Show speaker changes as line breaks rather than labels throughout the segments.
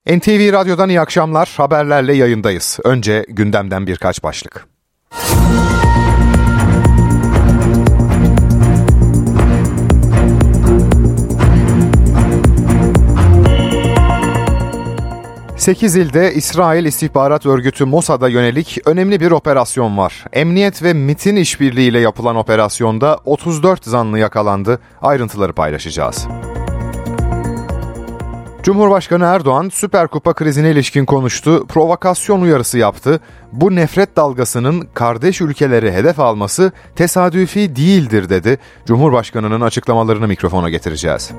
NTV Radyo'dan iyi akşamlar, haberlerle yayındayız. Önce gündemden birkaç başlık. Sekiz ilde İsrail İstihbarat Örgütü Mossad'a yönelik önemli bir operasyon var. Emniyet ve MİT'in işbirliğiyle yapılan operasyonda 34 zanlı yakalandı. Ayrıntıları paylaşacağız. Cumhurbaşkanı Erdoğan Süper Kupa krizine ilişkin konuştu, provokasyon uyarısı yaptı. Bu nefret dalgasının kardeş ülkeleri hedef alması tesadüfi değildir dedi. Cumhurbaşkanının açıklamalarını mikrofona getireceğiz.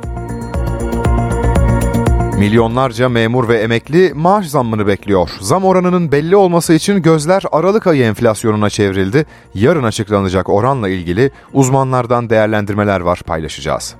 Milyonlarca memur ve emekli maaş zammını bekliyor. Zam oranının belli olması için gözler Aralık ayı enflasyonuna çevrildi. Yarın açıklanacak oranla ilgili uzmanlardan değerlendirmeler var, paylaşacağız.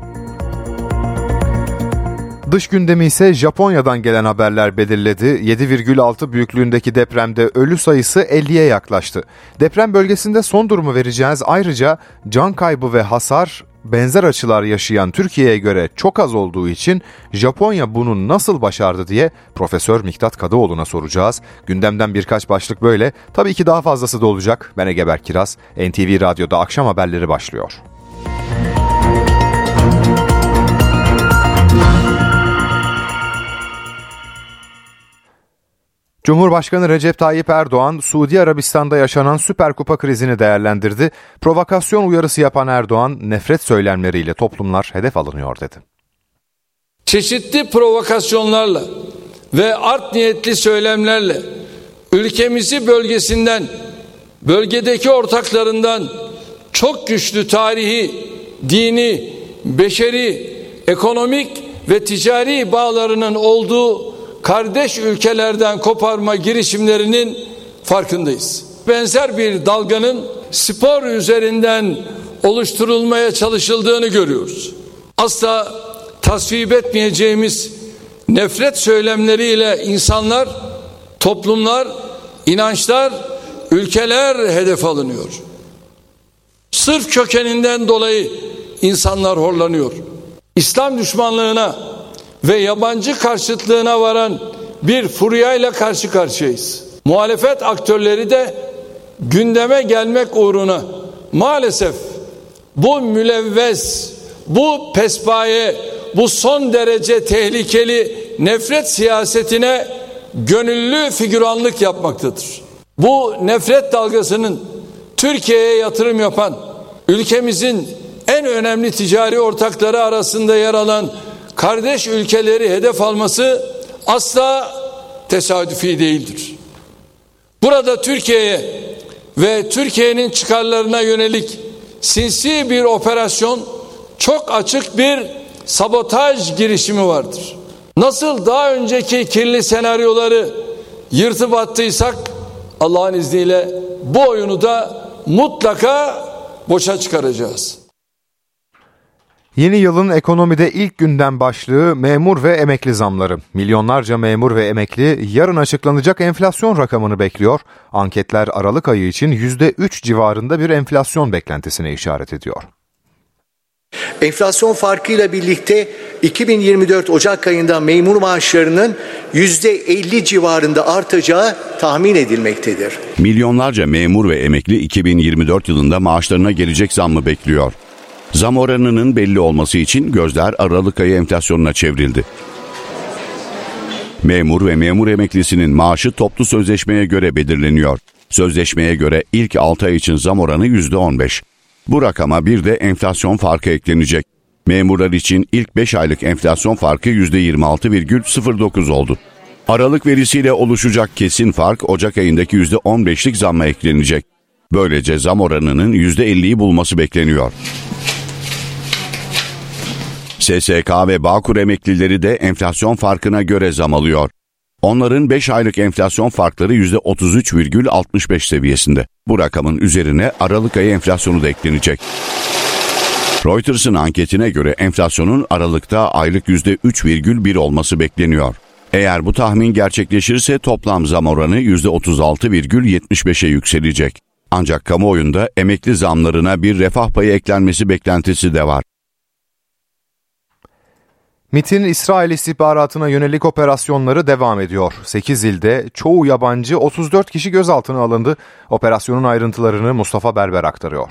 Dış gündemi ise Japonya'dan gelen haberler belirledi. 7,6 büyüklüğündeki depremde ölü sayısı 50'ye yaklaştı. Deprem bölgesinde son durumu vereceğiz. Ayrıca can kaybı ve hasar benzer açılar yaşayan Türkiye'ye göre çok az olduğu için Japonya bunu nasıl başardı diye Profesör Miktat Kadıoğlu'na soracağız. Gündemden birkaç başlık böyle. Tabii ki daha fazlası da olacak. Ben Egeber Kiraz. NTV Radyo'da akşam haberleri başlıyor. Cumhurbaşkanı Recep Tayyip Erdoğan, Suudi Arabistan'da yaşanan Süper Kupa krizini değerlendirdi. Provokasyon uyarısı yapan Erdoğan, nefret söylemleriyle toplumlar hedef alınıyor dedi.
Çeşitli provokasyonlarla ve art niyetli söylemlerle ülkemizi bölgedeki ortaklarından çok güçlü tarihi, dini, beşeri, ekonomik ve ticari bağlarının olduğu kardeş ülkelerden koparma girişimlerinin farkındayız. Benzer bir dalganın spor üzerinden oluşturulmaya çalışıldığını görüyoruz. Asla tasvip etmeyeceğimiz nefret söylemleriyle insanlar, toplumlar, inançlar, ülkeler hedef alınıyor. Sırf kökeninden dolayı insanlar horlanıyor. İslam düşmanlığına ve yabancı karşıtlığına varan bir furyayla karşı karşıyayız. Muhalefet aktörleri de gündeme gelmek uğruna maalesef bu mülevves, bu pespaye, bu son derece tehlikeli nefret siyasetine gönüllü figüranlık yapmaktadır. Bu nefret dalgasının Türkiye'ye yatırım yapan, ülkemizin en önemli ticari ortakları arasında yer alan kardeş ülkeleri hedef alması asla tesadüfi değildir. Burada Türkiye'ye ve Türkiye'nin çıkarlarına yönelik sinsi bir operasyon, çok açık bir sabotaj girişimi vardır. Nasıl daha önceki kirli senaryoları yırtıp attıysak, Allah'ın izniyle bu oyunu da mutlaka boşa çıkaracağız.
Yeni yılın ekonomide ilk gündem başlığı memur ve emekli zamları. Milyonlarca memur ve emekli yarın açıklanacak enflasyon rakamını bekliyor. Anketler Aralık ayı için %3 civarında bir enflasyon beklentisine işaret ediyor.
Enflasyon farkıyla birlikte 2024 Ocak ayında memur maaşlarının %50 civarında artacağı tahmin edilmektedir.
Milyonlarca memur ve emekli 2024 yılında maaşlarına gelecek zammı bekliyor. Zam oranının belli olması için gözler Aralık ayı enflasyonuna çevrildi. Memur ve memur emeklisinin maaşı toplu sözleşmeye göre belirleniyor. Sözleşmeye göre ilk 6 ay için zam oranı %15. Bu rakama bir de enflasyon farkı eklenecek. Memurlar için ilk 5 aylık enflasyon farkı %26,09 oldu. Aralık verisiyle oluşacak kesin fark Ocak ayındaki %15'lik zamma eklenecek. Böylece zam oranının %50'yi bulması bekleniyor. SSK ve Bağkur emeklileri de enflasyon farkına göre zam alıyor. Onların 5 aylık enflasyon farkları %33,65 seviyesinde. Bu rakamın üzerine Aralık ayı enflasyonu da eklenecek. Reuters'ın anketine göre enflasyonun Aralık'ta aylık %3,1 olması bekleniyor. Eğer bu tahmin gerçekleşirse toplam zam oranı %36,75'e yükselecek. Ancak kamuoyunda emekli zamlarına bir refah payı eklenmesi beklentisi de var.
MİT'in İsrail istihbaratına yönelik operasyonları devam ediyor. 8 ilde çoğu yabancı 34 kişi gözaltına alındı. Operasyonun ayrıntılarını Mustafa Berber aktarıyor.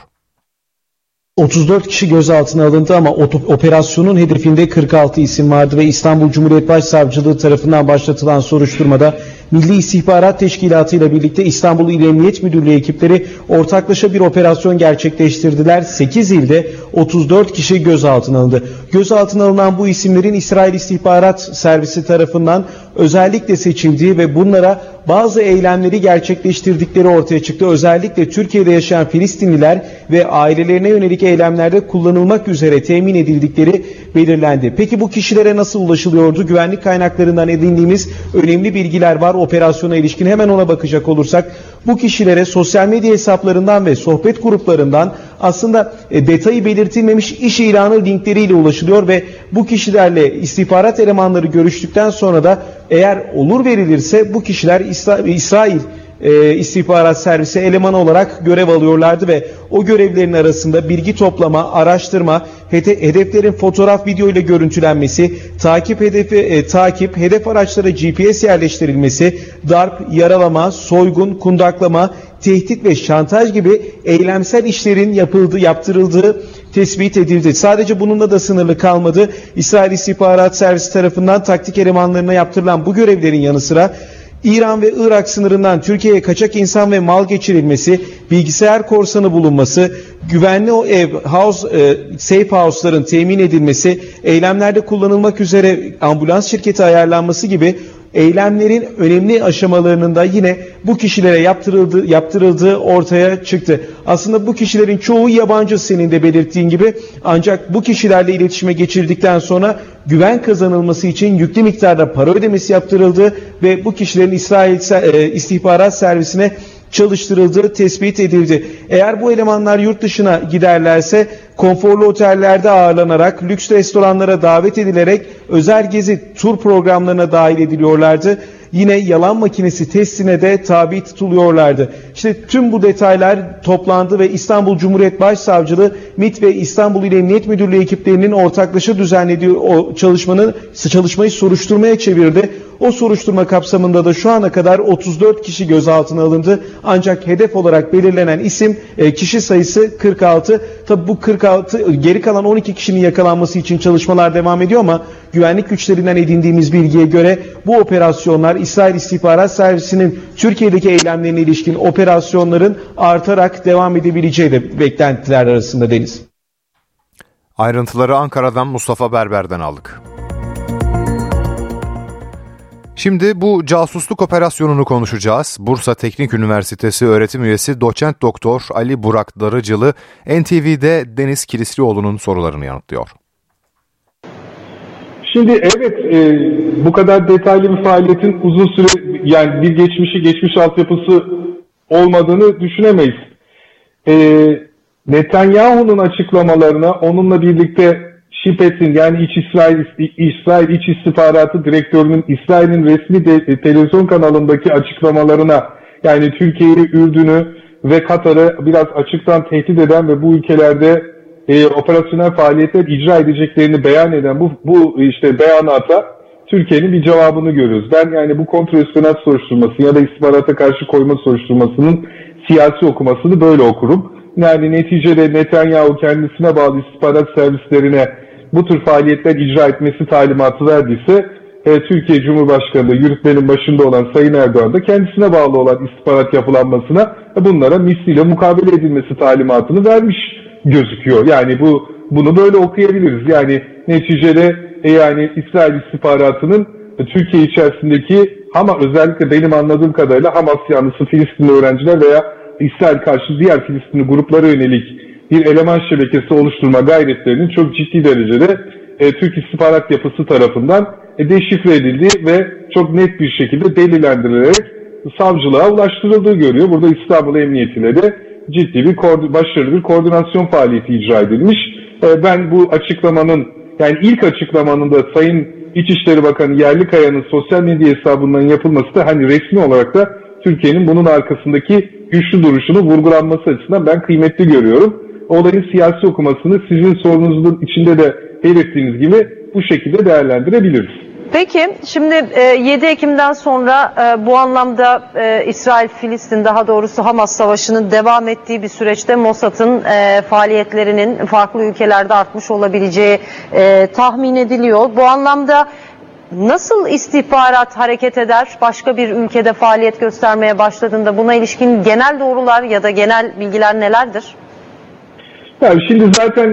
34 kişi gözaltına alındı ama operasyonun hedefinde 46 isim vardı ve İstanbul Cumhuriyet Başsavcılığı tarafından başlatılan soruşturmada Milli İstihbarat Teşkilatı ile birlikte İstanbul İl Emniyet Müdürlüğü ekipleri ortaklaşa bir operasyon gerçekleştirdiler. 8 ilde 34 kişi gözaltına alındı. Gözaltına alınan bu isimlerin İsrail İstihbarat Servisi tarafından özellikle seçildiği ve bunlara bazı eylemleri gerçekleştirdikleri ortaya çıktı. Özellikle Türkiye'de yaşayan Filistinliler ve ailelerine yönelik eylemlerde kullanılmak üzere temin edildikleri belirlendi. Peki bu kişilere nasıl ulaşılıyordu? Güvenlik kaynaklarından edindiğimiz önemli bilgiler var operasyona ilişkin. Hemen ona bakacak olursak bu kişilere sosyal medya hesaplarından ve sohbet gruplarından aslında detayı belirtilmemiş iş ilanı linkleriyle ulaşılıyor ve bu kişilerle istihbarat elemanları görüştükten sonra da eğer olur verilirse bu kişiler İsrail istihbarat servisi elemanı olarak görev alıyorlardı ve o görevlerin arasında bilgi toplama, araştırma, hedeflerin fotoğraf, video ile görüntülenmesi, takip, hedef araçlara GPS yerleştirilmesi, darp, yaralama, soygun, kundaklama, tehdit ve şantaj gibi eylemsel işlerin yaptırıldığı tespit edildi. Sadece bununla da sınırlı kalmadı. İsrail İstihbarat Servisi tarafından taktik elemanlarına yaptırılan bu görevlerin yanı sıra İran ve Irak sınırından Türkiye'ye kaçak insan ve mal geçirilmesi, bilgisayar korsanı bulunması, güvenli safe house'ların temin edilmesi, eylemlerde kullanılmak üzere ambulans şirketi ayarlanması gibi eylemlerin önemli aşamalarının da yine bu kişilere yaptırıldığı ortaya çıktı. Aslında bu kişilerin çoğu yabancı, senin de belirttiğin gibi, ancak bu kişilerle iletişime geçirdikten sonra güven kazanılması için yüklü miktarda para ödemesi yaptırıldı ve bu kişilerin İsrail istihbarat servisine çalıştırıldığı tespit edildi. Eğer bu elemanlar yurt dışına giderlerse konforlu otellerde ağırlanarak, lüks restoranlara davet edilerek özel gezi tur programlarına dahil ediliyorlardı. Yine yalan makinesi testine de tabi tutuluyorlardı. İşte tüm bu detaylar toplandı ve İstanbul Cumhuriyet Başsavcılığı, MİT ve İstanbul İl Emniyet Müdürlüğü ekiplerinin ortaklaşa düzenlediği o çalışmayı soruşturmaya çevirdi. O soruşturma kapsamında da şu ana kadar 34 kişi gözaltına alındı. Ancak hedef olarak belirlenen kişi sayısı 46. Tabi bu 46, geri kalan 12 kişinin yakalanması için çalışmalar devam ediyor ama güvenlik güçlerinden edindiğimiz bilgiye göre bu operasyonlar İsrail İstihbarat Servisi'nin Türkiye'deki eylemlerine ilişkin operasyonların artarak devam edebileceği de beklentiler arasında, Deniz.
Ayrıntıları Ankara'dan Mustafa Berber'den aldık. Şimdi bu casusluk operasyonunu konuşacağız. Bursa Teknik Üniversitesi öğretim üyesi doçent doktor Ali Burak Darıcılı NTV'de Deniz Kilislioğlu'nun sorularını yanıtlıyor.
Şimdi evet, bu kadar detaylı bir faaliyetin uzun süre, yani bir geçmiş altyapısı olmadığını düşünemeyiz. Netanyahu'nun açıklamalarına onunla birlikte Şipet'in, yani İsrail İç İstihbaratı Direktörü'nün İsrail'in resmi televizyon kanalındaki açıklamalarına, yani Türkiye'yi, Ürdün'ü ve Katar'ı biraz açıktan tehdit eden ve bu ülkelerde operasyonel faaliyetler icra edeceklerini beyan eden bu beyanata Türkiye'nin bir cevabını görüyoruz. Ben yani bu kontrasiyonel soruşturması ya da istihbarata karşı koyma soruşturmasının siyasi okumasını böyle okurum. Yani neticede Netanyahu kendisine bağlı istihbarat servislerine bu tür faaliyetler icra etmesi talimatı verdiyse, Türkiye Cumhurbaşkanı yürütmenin başında olan Sayın Erdoğan da kendisine bağlı olan istihbarat yapılanmasına bunlara misliyle mukabele edilmesi talimatını vermiş gözüküyor. Yani bunu böyle okuyabiliriz. Yani neticede yani İsrail istihbaratının Türkiye içerisindeki, ama özellikle benim anladığım kadarıyla Hamas yanlısı Filistinli öğrenciler veya İsrail karşıtı diğer Filistinli gruplara yönelik bir eleman şebekesi oluşturma gayretlerinin çok ciddi derecede Türk istihbarat yapısı tarafından deşifre edildiği ve çok net bir şekilde delillendirilerek savcılığa ulaştırıldığı görüyor. Burada İstanbul Emniyeti'ne de ciddi bir başarılı bir koordinasyon faaliyeti icra edilmiş. Ben bu açıklamanın, yani ilk açıklamanın da Sayın İçişleri Bakanı Yerlikaya'nın sosyal medya hesabından yapılması da hani resmi olarak da Türkiye'nin bunun arkasındaki güçlü duruşunu vurgulanması açısından ben kıymetli görüyorum. Olayın siyasi okumasını sizin sorunuzun içinde de belirttiğiniz gibi bu şekilde değerlendirebiliriz.
Peki şimdi 7 Ekim'den sonra bu anlamda İsrail-Filistin, daha doğrusu Hamas savaşının devam ettiği bir süreçte Mossad'ın faaliyetlerinin farklı ülkelerde artmış olabileceği tahmin ediliyor. Bu anlamda nasıl istihbarat hareket eder başka bir ülkede faaliyet göstermeye başladığında? Buna ilişkin genel doğrular ya da genel bilgiler nelerdir?
Yani şimdi zaten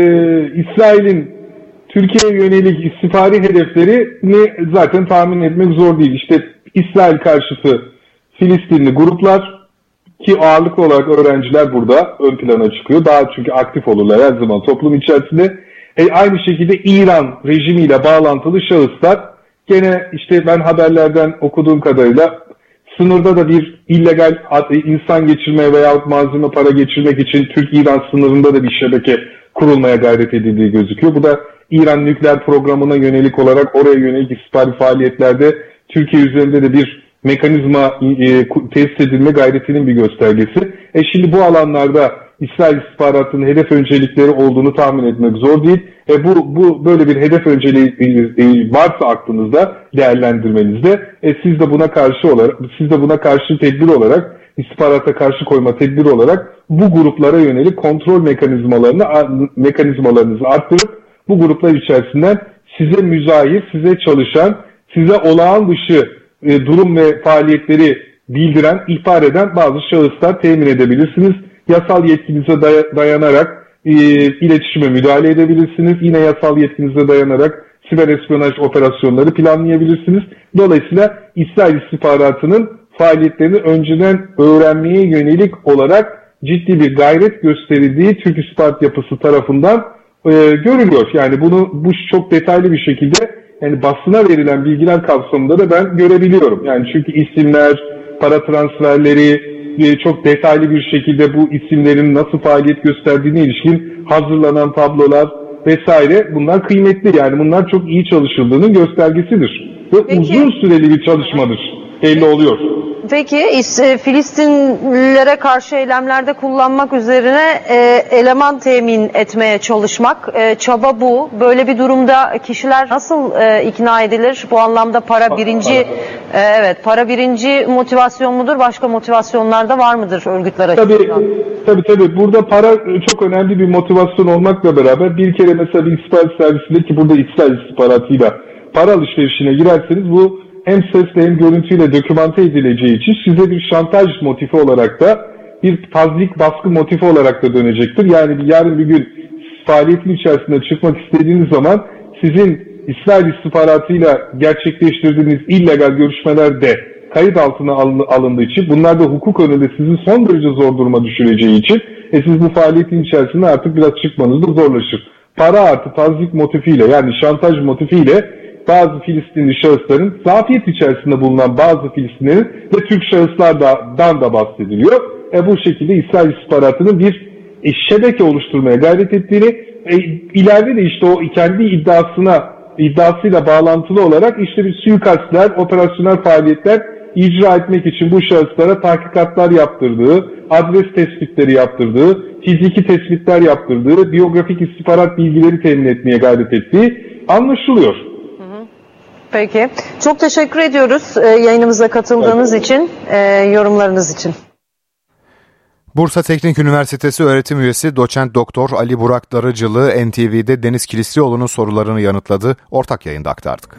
İsrail'in Türkiye'ye yönelik istihbari hedeflerini zaten tahmin etmek zor değil. İşte İsrail karşıtı Filistinli gruplar, ki ağırlıklı olarak öğrenciler burada ön plana çıkıyor. Daha çünkü aktif olurlar her zaman toplum içerisinde. Aynı şekilde İran rejimiyle bağlantılı şahıslar, gene işte ben haberlerden okuduğum kadarıyla sınırda da bir illegal insan geçirmeye veya malzeme para geçirmek için Türk-İran sınırında da bir şebeke kurulmaya gayret edildiği gözüküyor. Bu da İran nükleer programına yönelik olarak oraya yönelik istihbari faaliyetlerde Türkiye üzerinde de bir mekanizma tesis edilme gayretinin bir göstergesi. Şimdi bu alanlarda İsrail istihbaratının hedef öncelikleri olduğunu tahmin etmek zor değil. Bu böyle bir hedef önceliği varsa aklınızda, değerlendirmenizde, siz de buna karşı tedbir olarak, istihbarata karşı koyma tedbiri olarak bu gruplara yönelik kontrol mekanizmalarınızı arttırıp bu gruplar içerisinden size müzahir, size çalışan, size olağan dışı durum ve faaliyetleri bildiren, ihbar eden bazı şahıslar temin edebilirsiniz. Yasal yetkinize dayanarak iletişime müdahale edebilirsiniz. Yine yasal yetkinize dayanarak siber espiyonaj operasyonları planlayabilirsiniz. Dolayısıyla İsrail istihbaratının faaliyetlerini önceden öğrenmeye yönelik olarak ciddi bir gayret gösterildiği Türk istihbarat yapısı tarafından görülüyor. Yani bu çok detaylı bir şekilde, yani basına verilen bilgiler kapsamında da ben görebiliyorum. Yani çünkü isimler, para transferleri, çok detaylı bir şekilde bu isimlerin nasıl faaliyet gösterdiğine ilişkin hazırlanan tablolar vesaire, bunlar kıymetli. Yani bunlar çok iyi çalışıldığının göstergesidir. Ve uzun süreli bir çalışmadır. Belli oluyor.
Peki Filistinlilere karşı eylemlerde kullanmak üzerine eleman temin etmeye çalışmak, çaba bu. Böyle bir durumda kişiler nasıl ikna edilir? Bu anlamda para birinci motivasyon mudur? Başka motivasyonlar da var mıdır örgütler açısından?
Tabii. Burada para çok önemli bir motivasyon olmakla beraber, bir kere mesela bir istihbarat servisinde, ki burada İsrail istihbaratıyla para alışverişine girerseniz bu hem sesle hem görüntüyle dokümante edileceği için size bir şantaj motifi olarak da, bir tazlik baskı motifi olarak da dönecektir. Yani yarın bir gün faaliyetin içerisinde çıkmak istediğiniz zaman sizin İsrail istihbaratıyla gerçekleştirdiğiniz illegal görüşmeler de kayıt altına alındığı için, bunlar da hukuk önünde sizi son derece zor duruma düşüreceği için siz bu faaliyetin içerisinde artık biraz çıkmanız da zorlaşır. Para artı tazlik motifiyle, yani şantaj motifiyle bazı Filistinli şahısların, zafiyet içerisinde bulunan bazı Filistinlilerin ve Türk şahıslardan da bahsediliyor. Bu şekilde İsrail istihbaratının bir şebeke oluşturmaya gayret ettiğini, ileride de işte o kendi iddiasıyla bağlantılı olarak işte bir suikastler, operasyonel faaliyetler icra etmek için bu şahıslara tahkikatlar yaptırdığı, adres tespitleri yaptırdığı, fiziki tespitler yaptırdığı, biyografik istihbarat bilgileri temin etmeye gayret ettiği anlaşılıyor.
Peki. Çok teşekkür ediyoruz yayınımıza katıldığınız için, yorumlarınız için.
Bursa Teknik Üniversitesi öğretim üyesi doçent doktor Ali Burak Darıcılı NTV'de Deniz Kilislioğlu'nun sorularını yanıtladı. Ortak yayında aktardık.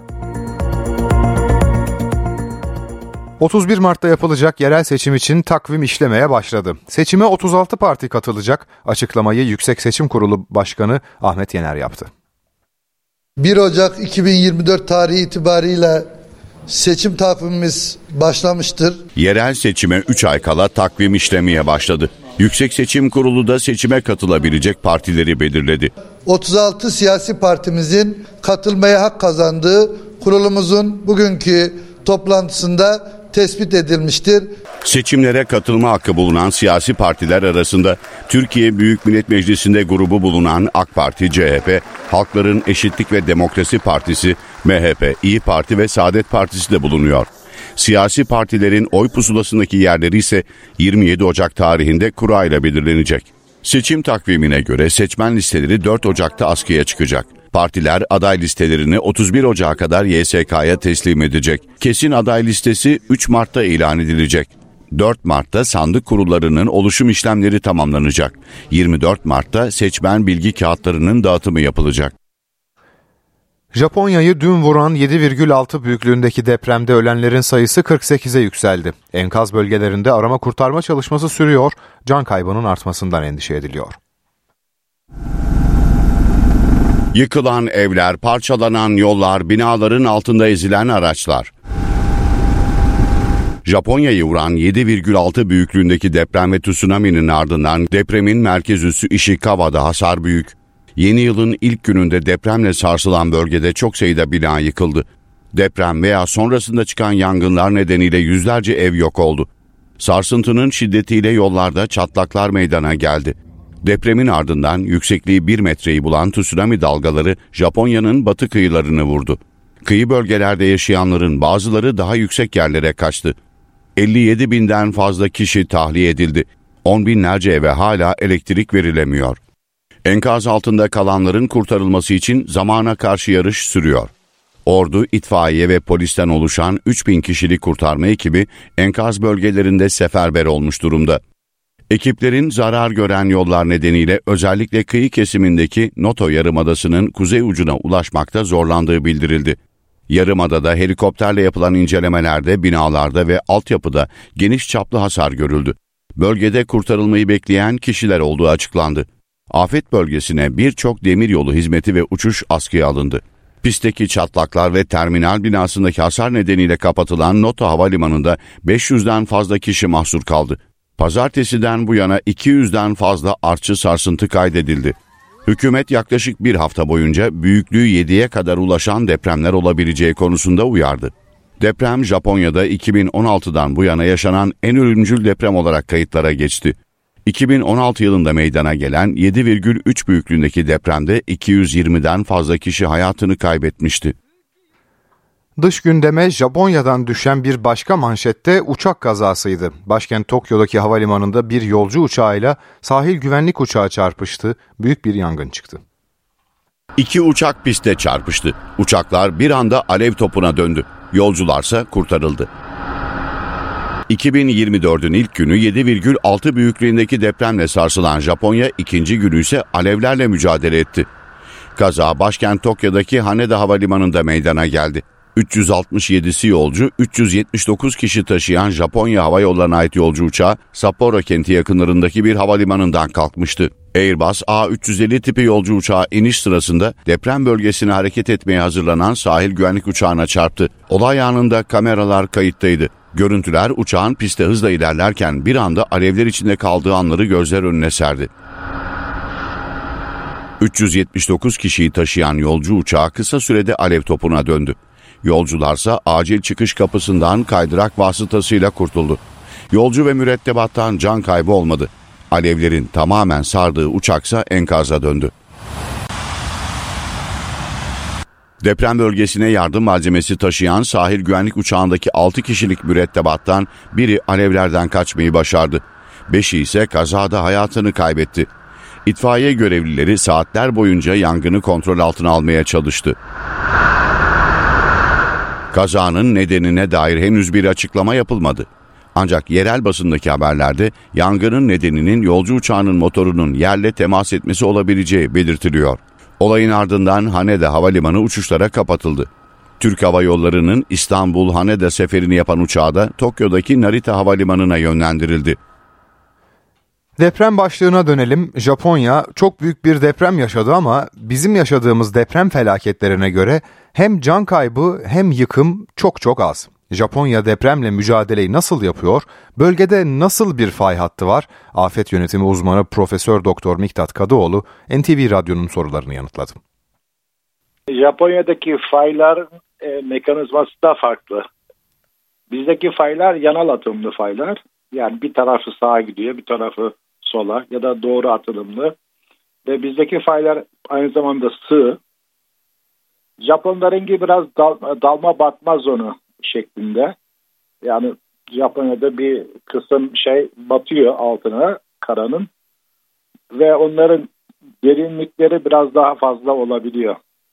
31 Mart'ta yapılacak yerel seçim için takvim işlemeye başladı. Seçime 36 parti katılacak. Açıklamayı Yüksek Seçim Kurulu Başkanı Ahmet Yener yaptı.
1 Ocak 2024 tarihi itibariyle seçim takvimimiz başlamıştır.
Yerel seçime 3 ay kala takvim işlemeye başladı. Yüksek Seçim Kurulu da seçime katılabilecek partileri belirledi.
36 siyasi partimizin katılmaya hak kazandığı kurulumuzun bugünkü toplantısında tespit edilmiştir.
Seçimlere katılma hakkı bulunan siyasi partiler arasında Türkiye Büyük Millet Meclisi'nde grubu bulunan AK Parti, CHP, Halkların Eşitlik ve Demokrasi Partisi, MHP, İYİ Parti ve Saadet Partisi de bulunuyor. Siyasi partilerin oy pusulasındaki yerleri ise 27 Ocak tarihinde kura ile belirlenecek. Seçim takvimine göre seçmen listeleri 4 Ocak'ta askıya çıkacak. Partiler aday listelerini 31 Ocak'a kadar YSK'ya teslim edecek. Kesin aday listesi 3 Mart'ta ilan edilecek. 4 Mart'ta sandık kurullarının oluşum işlemleri tamamlanacak. 24 Mart'ta seçmen bilgi kağıtlarının dağıtımı yapılacak.
Japonya'yı dün vuran 7,6 büyüklüğündeki depremde ölenlerin sayısı 48'e yükseldi. Enkaz bölgelerinde arama kurtarma çalışması sürüyor, can kaybının artmasından endişe ediliyor.
Yıkılan evler, parçalanan yollar, binaların altında ezilen araçlar. Japonya'yı vuran 7,6 büyüklüğündeki deprem ve tsunami'nin ardından depremin merkez üssü Ishikawa'da hasar büyük. Yeni yılın ilk gününde depremle sarsılan bölgede çok sayıda bina yıkıldı. Deprem veya sonrasında çıkan yangınlar nedeniyle yüzlerce ev yok oldu. Sarsıntının şiddetiyle yollarda çatlaklar meydana geldi. Depremin ardından yüksekliği 1 metreyi bulan tsunami dalgaları Japonya'nın batı kıyılarını vurdu. Kıyı bölgelerde yaşayanların bazıları daha yüksek yerlere kaçtı. 57 binden fazla kişi tahliye edildi. 10 binlerce eve hala elektrik verilemiyor. Enkaz altında kalanların kurtarılması için zamana karşı yarış sürüyor. Ordu, itfaiye ve polisten oluşan 3000 kişilik kurtarma ekibi enkaz bölgelerinde seferber olmuş durumda. Ekiplerin zarar gören yollar nedeniyle özellikle kıyı kesimindeki Noto Yarımadası'nın kuzey ucuna ulaşmakta zorlandığı bildirildi. Yarımadada helikopterle yapılan incelemelerde binalarda ve altyapıda geniş çaplı hasar görüldü. Bölgede kurtarılmayı bekleyen kişiler olduğu açıklandı. Afet bölgesine birçok demiryolu hizmeti ve uçuş askıya alındı. Pistteki çatlaklar ve terminal binasındaki hasar nedeniyle kapatılan Noto Havalimanı'nda 500'den fazla kişi mahsur kaldı. Pazartesiden bu yana 200'den fazla artçı sarsıntı kaydedildi. Hükümet yaklaşık bir hafta boyunca büyüklüğü 7'ye kadar ulaşan depremler olabileceği konusunda uyardı. Deprem Japonya'da 2016'dan bu yana yaşanan en ölümcül deprem olarak kayıtlara geçti. 2016 yılında meydana gelen 7,3 büyüklüğündeki depremde 220'den fazla kişi hayatını kaybetmişti.
Dış gündeme Japonya'dan düşen bir başka manşette uçak kazasıydı. Başkent Tokyo'daki havalimanında bir yolcu uçağıyla sahil güvenlik uçağı çarpıştı. Büyük bir yangın çıktı.
2 uçak pistte çarpıştı. Uçaklar bir anda alev topuna döndü. Yolcularsa kurtarıldı. 2024'ün ilk günü 7,6 büyüklüğündeki depremle sarsılan Japonya ikinci günü ise alevlerle mücadele etti. Kaza başkent Tokyo'daki Haneda Havalimanı'nda meydana geldi. 367'si yolcu, 379 kişi taşıyan Japonya Hava Yolları'na ait yolcu uçağı Sapporo kenti yakınlarındaki bir havalimanından kalkmıştı. Airbus A350 tipi yolcu uçağı iniş sırasında deprem bölgesine hareket etmeye hazırlanan sahil güvenlik uçağına çarptı. Olay anında kameralar kayıttaydı. Görüntüler uçağın pistte hızla ilerlerken bir anda alevler içinde kaldığı anları gözler önüne serdi. 379 kişiyi taşıyan yolcu uçağı kısa sürede alev topuna döndü. Yolcularsa acil çıkış kapısından kaydırak vasıtasıyla kurtuldu. Yolcu ve mürettebattan can kaybı olmadı. Alevlerin tamamen sardığı uçaksa enkaza döndü. Deprem bölgesine yardım malzemesi taşıyan sahil güvenlik uçağındaki 6 kişilik mürettebattan biri alevlerden kaçmayı başardı. 5'i ise kazada hayatını kaybetti. İtfaiye görevlileri saatler boyunca yangını kontrol altına almaya çalıştı. Kazanın nedenine dair henüz bir açıklama yapılmadı. Ancak yerel basındaki haberlerde yangının nedeninin yolcu uçağının motorunun yerle temas etmesi olabileceği belirtiliyor. Olayın ardından Haneda Havalimanı uçuşlara kapatıldı. Türk Hava Yolları'nın İstanbul-Haneda seferini yapan uçağı da Tokyo'daki Narita Havalimanı'na yönlendirildi.
Deprem başlığına dönelim. Japonya çok büyük bir deprem yaşadı ama bizim yaşadığımız deprem felaketlerine göre hem can kaybı hem yıkım çok az. Japonya depremle mücadeleyi nasıl yapıyor? Bölgede nasıl bir fay hattı var? Afet yönetimi uzmanı Profesör Doktor Miktat Kadıoğlu NTV Radyo'nun sorularını yanıtladı.
Japonya'daki faylar mekanizması da farklı. Bizdeki faylar yanal atımlı faylar. Yani bir tarafı sağa gidiyor, bir tarafı sola ya da doğru atılımlı. Ve bizdeki faylar aynı zamanda sığ. Japonlarınki biraz dalma batma zonu şeklinde. Yani Japonya'da bir kısım batıyor altına karanın ve onların derinlikleri biraz daha fazla olabiliyor.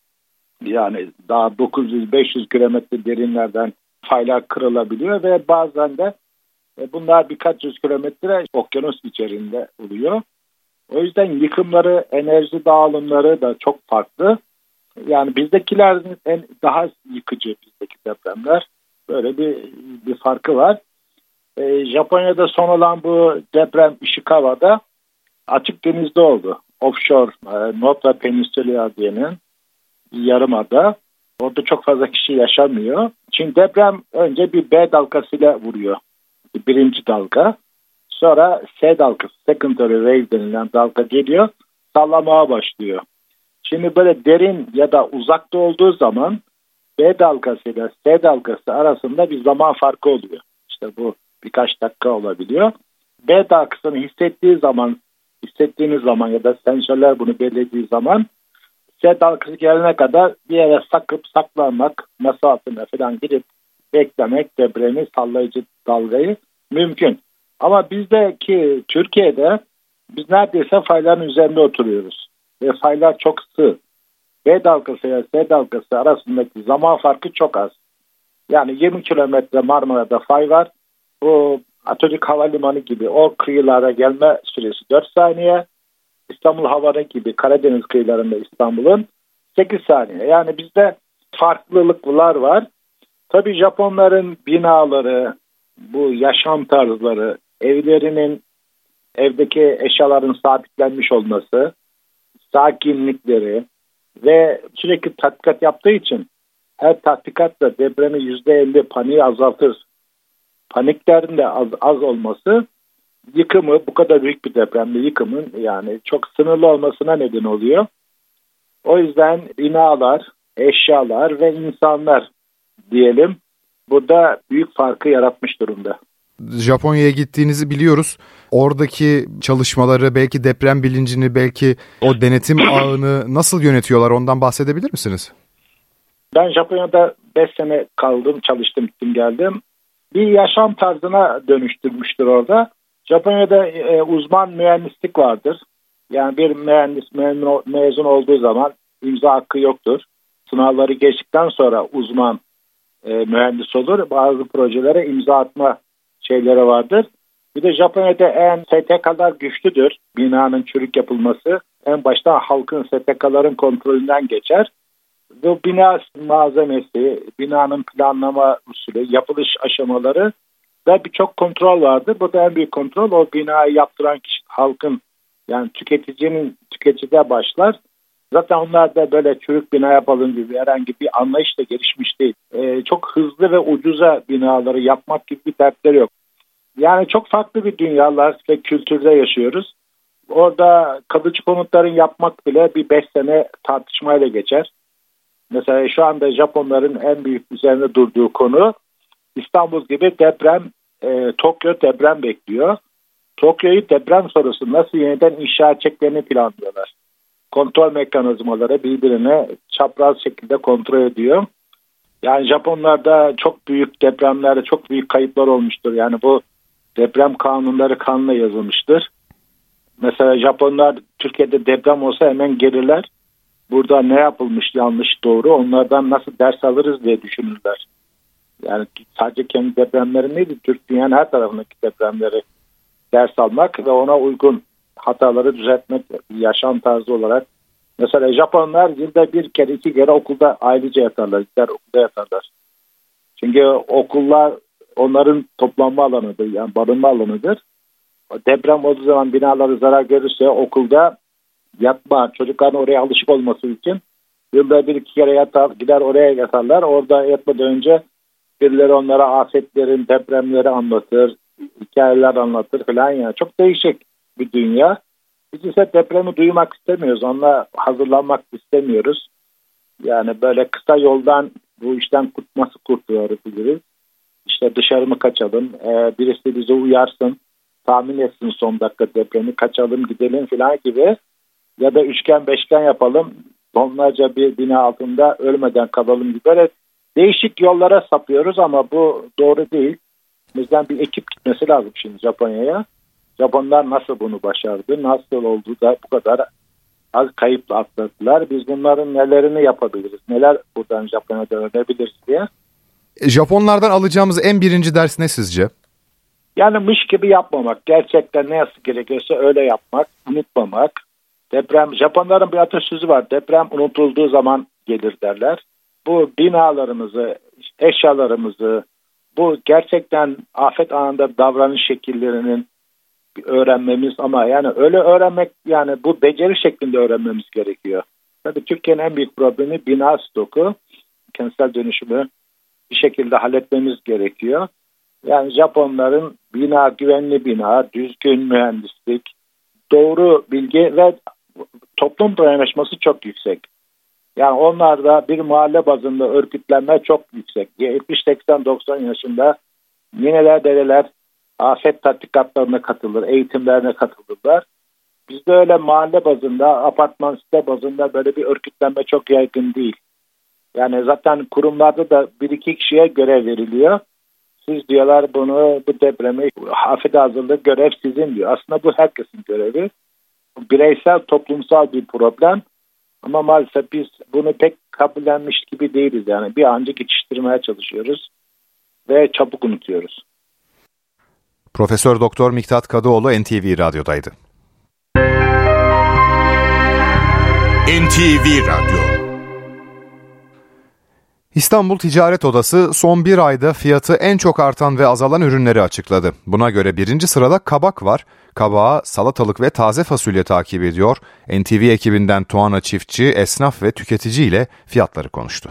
Yani daha 900-500 kilometre derinlerden faylar kırılabiliyor ve bazen de bunlar birkaç yüz kilometre okyanus içerisinde oluyor. O yüzden yıkımları, enerji dağılımları da çok farklı. Yani bizdekilerin daha yıkıcı bizdeki depremler. Böyle bir farkı var. Japonya'da son olan bu deprem Ishikawa'da açık denizde oldu. Offshore, Noto Peninsula diyenin yarımada. Orada çok fazla kişi yaşamıyor. Çünkü deprem önce bir B dalgasıyla vuruyor. Birinci dalga. Sonra S dalgası, secondary wave denilen dalga geliyor. Sallamaya başlıyor. Şimdi böyle derin ya da uzakta olduğu zaman B dalgası ile S dalgası arasında bir zaman farkı oluyor. İşte bu birkaç dakika olabiliyor. B dalgasını hissettiğiniz zaman ya da sensörler bunu belirlediği zaman S dalgası gelene kadar bir yere saklanmak, masa altına falan gidip beklemek, depremi, sallayıcı dalgayı mümkün. Ama bizdeki Türkiye'de biz neredeyse fayların üzerinde oturuyoruz. Ve faylar çok sığ. B dalgası ile S dalgası arasındaki zaman farkı çok az. Yani 20 kilometre Marmara'da fay var. Bu Atatürk Havalimanı gibi o kıyılara gelme süresi 4 saniye. İstanbul Havalimanı gibi Karadeniz kıyılarında İstanbul'un 8 saniye. Yani bizde farklılıklar var. Tabii Japonların binaları, bu yaşam tarzları, evdeki eşyaların sabitlenmiş olması, sakinlikleri ve sürekli tatbikat yaptığı için her tatbikatla depremi %50 paniği azaltır. Paniklerin de az olması yıkımı, bu kadar büyük bir depremde yıkımın yani çok sınırlı olmasına neden oluyor. O yüzden binalar, eşyalar ve insanlar diyelim burada büyük farkı yaratmış durumda.
Japonya'ya gittiğinizi biliyoruz. Oradaki çalışmaları, belki deprem bilincini, belki o denetim ağını nasıl yönetiyorlar, ondan bahsedebilir misiniz?
Ben Japonya'da 5 sene kaldım, çalıştım, gittim geldim. Bir yaşam tarzına dönüştürmüştür orada. Japonya'da uzman mühendislik vardır. Yani bir mühendis mezun olduğu zaman imza hakkı yoktur. Sınavları geçtikten sonra uzman mühendis olur. Bazı projelere imza atma şeyleri vardır. Bir de Japonya'da STK'lar güçlüdür. Binanın çürük yapılması en başta halkın STK'ların kontrolünden geçer. Bu bina malzemesi, binanın planlama usulü, yapılış aşamaları ve birçok kontrol vardır. Bu da en büyük kontrol o binayı yaptıran kişi, halkın yani tüketicide başlar. Zaten onlar da böyle çürük bina yapalım gibi herhangi bir anlayış da gelişmiş değil. Çok hızlı ve ucuza binaları yapmak gibi bir dertleri yok. Yani çok farklı bir dünyalar ve kültürde yaşıyoruz. Orada kalıcı konutların yapmak bile bir 5 sene tartışmayla geçer. Mesela şu anda Japonların en büyük üzerine durduğu konu İstanbul gibi Tokyo deprem bekliyor. Tokyo'yu deprem sonrası nasıl yeniden inşa edeceklerini planlıyorlar. Kontrol mekanizmaları birbirine çapraz şekilde kontrol ediyor. Yani Japonlarda çok büyük depremlerde çok büyük kayıplar olmuştur. Yani bu deprem kanunları kanuna yazılmıştır. Mesela Japonlar Türkiye'de deprem olsa hemen gelirler. Burada ne yapılmış yanlış doğru onlardan nasıl ders alırız diye düşünürler. Yani sadece kendi depremleri değil, Türk dünyanın her tarafındaki depremleri ders almak ve ona uygun hataları düzeltmek yaşam tarzı olarak. Mesela Japonlar yılda 1 kere 2 kere okulda ailece yatarlar. Okulda yatarlar. Çünkü okullar onların toplanma alanıdır. Yani barınma alanıdır. Deprem olduğu zaman binaları zarar görürse okulda yatma, çocukların oraya alışık olması için yılda 1-2 kere gider oraya yatarlar. Orada yatmadan önce birileri onlara afetlerin, depremleri anlatır, hikayeler anlatır falan yani. Çok değişik bir dünya. Biz ise depremi duymak istemiyoruz. Onunla hazırlanmak istemiyoruz. Yani böyle kısa yoldan bu işten nasıl kurtulabiliriz? İşte dışarı mı kaçalım? Birisi bizi uyarsın, tahmin etsin son dakika depremi, kaçalım gidelim falan gibi. Ya da üçgen beşgen yapalım. Onlarca bir bina altında ölmeden kalalım gibi. Böyle değişik yollara sapıyoruz ama bu doğru değil. Bizden bir ekip gitmesi lazım şimdi Japonya'ya. Japonlar nasıl bunu başardı? Nasıl oldu da bu kadar az kayıpla atlattılar. Biz bunların nelerini yapabiliriz? Neler buradan Japonya'da öğrenebiliriz diye.
Japonlardan alacağımız en birinci ders ne sizce?
Yani mış gibi yapmamak. Gerçekten ne yapması gerekiyorsa öyle yapmak. Unutmamak. Japonların bir atasözü var. Deprem unutulduğu zaman gelir derler. Bu binalarımızı, eşyalarımızı, bu gerçekten afet anında davranış şekillerinin öğrenmemiz ama yani öyle öğrenmek, yani bu beceri şeklinde öğrenmemiz gerekiyor. Tabii Türkiye'nin en büyük problemi bina stoku. Kentsel dönüşümü bir şekilde halletmemiz gerekiyor. Yani Japonların güvenli bina, düzgün mühendislik, doğru bilgi ve toplum dayanışması çok yüksek. Yani onlarda bir mahalle bazında örgütlenme çok yüksek. 70, 80, 90 yaşında nineler, dedeler afet tatbikatlarına katılır, eğitimlerine katılırlar. Bizde öyle mahalle bazında, apartman site bazında böyle bir örgütlenme çok yaygın değil. Yani zaten kurumlarda da bir iki kişiye görev veriliyor. Siz diyorlar bu depremi, afet hazırlığı görev sizin diyor. Aslında bu herkesin görevi. Bireysel, toplumsal bir problem. Ama maalesef biz bunu pek kabullenmiş gibi değiliz. Yani bir anca geçiştirmeye çalışıyoruz ve çabuk unutuyoruz.
Profesör Doktor Miktat Kadıoğlu NTV Radyo'daydı.
NTV Radyo.
İstanbul Ticaret Odası son bir ayda fiyatı en çok artan ve azalan ürünleri açıkladı. Buna göre birinci sırada kabak var. Kabağı, salatalık ve taze fasulye takip ediyor. NTV ekibinden Tuana Çiftçi, esnaf ve tüketici ile fiyatları konuştu.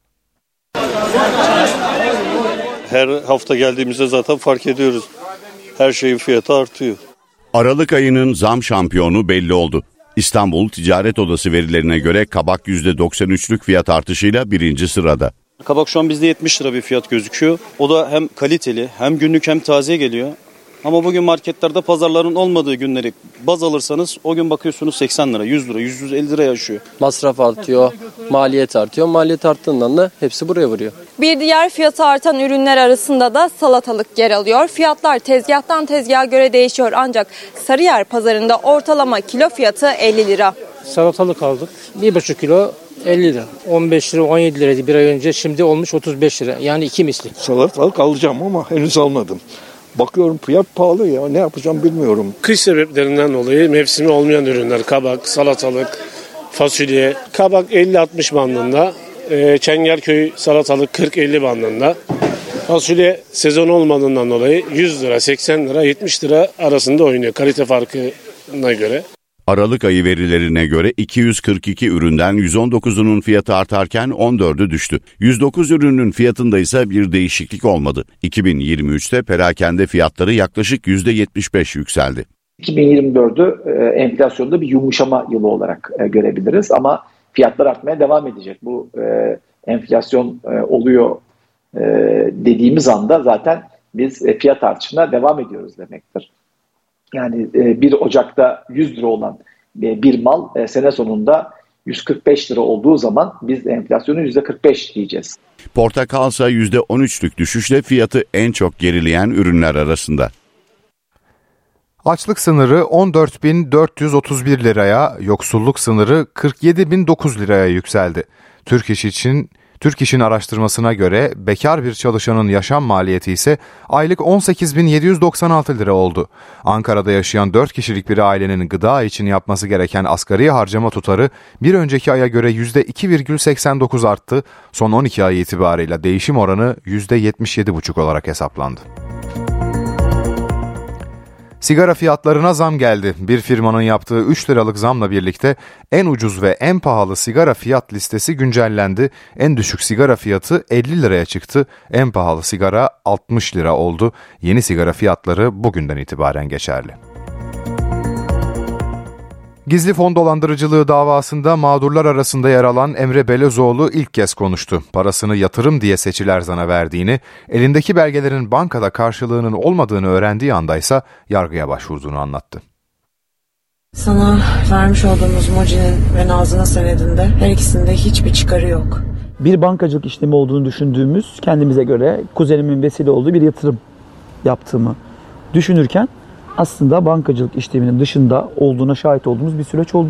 Her hafta geldiğimizde zaten fark ediyoruz. Her şeyin fiyatı artıyor.
Aralık ayının zam şampiyonu belli oldu. İstanbul Ticaret Odası verilerine göre kabak %93'lük fiyat artışıyla birinci sırada.
Kabak şu an bizde 70 lira bir fiyat gözüküyor. O da hem kaliteli hem günlük hem taze geliyor. Ama bugün marketlerde pazarların olmadığı günleri baz alırsanız o gün bakıyorsunuz 80 lira, 100 lira, 150 lira yaşıyor.
Masraf artıyor, maliyet artıyor. Maliyet arttığından da hepsi buraya vuruyor.
Bir diğer fiyatı artan ürünler arasında da salatalık yer alıyor. Fiyatlar tezgahtan tezgaha göre değişiyor ancak Sarıyer pazarında ortalama kilo fiyatı 50 lira.
Salatalık aldık. 1,5 kilo 50 lira. 15 lira 17 liraydı bir ay önce, şimdi olmuş 35 lira. Yani 2 misli.
Salatalık alacağım ama henüz almadım. Bakıyorum fiyat pahalı ya, ne yapacağım bilmiyorum.
Kış sebeplerinden dolayı mevsimi olmayan ürünler, kabak, salatalık, fasulye. Kabak 50-60 bandında, Çengelköy salatalık 40-50 bandında. Fasulye sezon olmadığından dolayı 100 lira, 80 lira, 70 lira arasında oynuyor kalite farkına göre.
Aralık ayı verilerine göre 242 üründen 119'unun fiyatı artarken 14'ü düştü. 109 ürünün fiyatında ise bir değişiklik olmadı. 2023'te perakende fiyatları yaklaşık %75 yükseldi.
2024'ü enflasyonda bir yumuşama yılı olarak görebiliriz ama fiyatlar artmaya devam edecek. Bu enflasyon oluyor dediğimiz anda zaten biz fiyat artışına devam ediyoruz demektir. Yani 1 Ocak'ta 100 lira olan bir mal sene sonunda 145 lira olduğu zaman biz enflasyonu %45 diyeceğiz.
Portakalsa %13'lük düşüşle fiyatı en çok gerileyen ürünler arasında.
Açlık sınırı 14.431 liraya, yoksulluk sınırı 47.009 liraya yükseldi. Türk İş'in araştırmasına göre bekar bir çalışanın yaşam maliyeti ise aylık 18.796 lira oldu. Ankara'da yaşayan 4 kişilik bir ailenin gıda için yapması gereken asgari harcama tutarı bir önceki aya göre %2,89 arttı. Son 12 ay itibarıyla değişim oranı %77,5 olarak hesaplandı. Sigara fiyatlarına zam geldi. Bir firmanın yaptığı 3 liralık zamla birlikte en ucuz ve en pahalı sigara fiyat listesi güncellendi. En düşük sigara fiyatı 50 liraya çıktı. En pahalı sigara 60 lira oldu. Yeni sigara fiyatları bugünden itibaren geçerli. Gizli fon dolandırıcılığı davasında mağdurlar arasında yer alan Emre Belözoğlu ilk kez konuştu. Parasını yatırım diye Seçil Erzan'a verdiğini, elindeki belgelerin bankada karşılığının olmadığını öğrendiği andaysa yargıya başvurduğunu anlattı.
Sana vermiş olduğumuz Moji'nin ve Nazlı'nın senedinde her ikisinde hiçbir çıkarı yok.
Bir bankacılık işlemi olduğunu düşündüğümüz, kendimize göre kuzenimin vesile olduğu bir yatırım yaptığımı düşünürken aslında bankacılık işleminin dışında olduğuna şahit olduğumuz bir süreç oldu.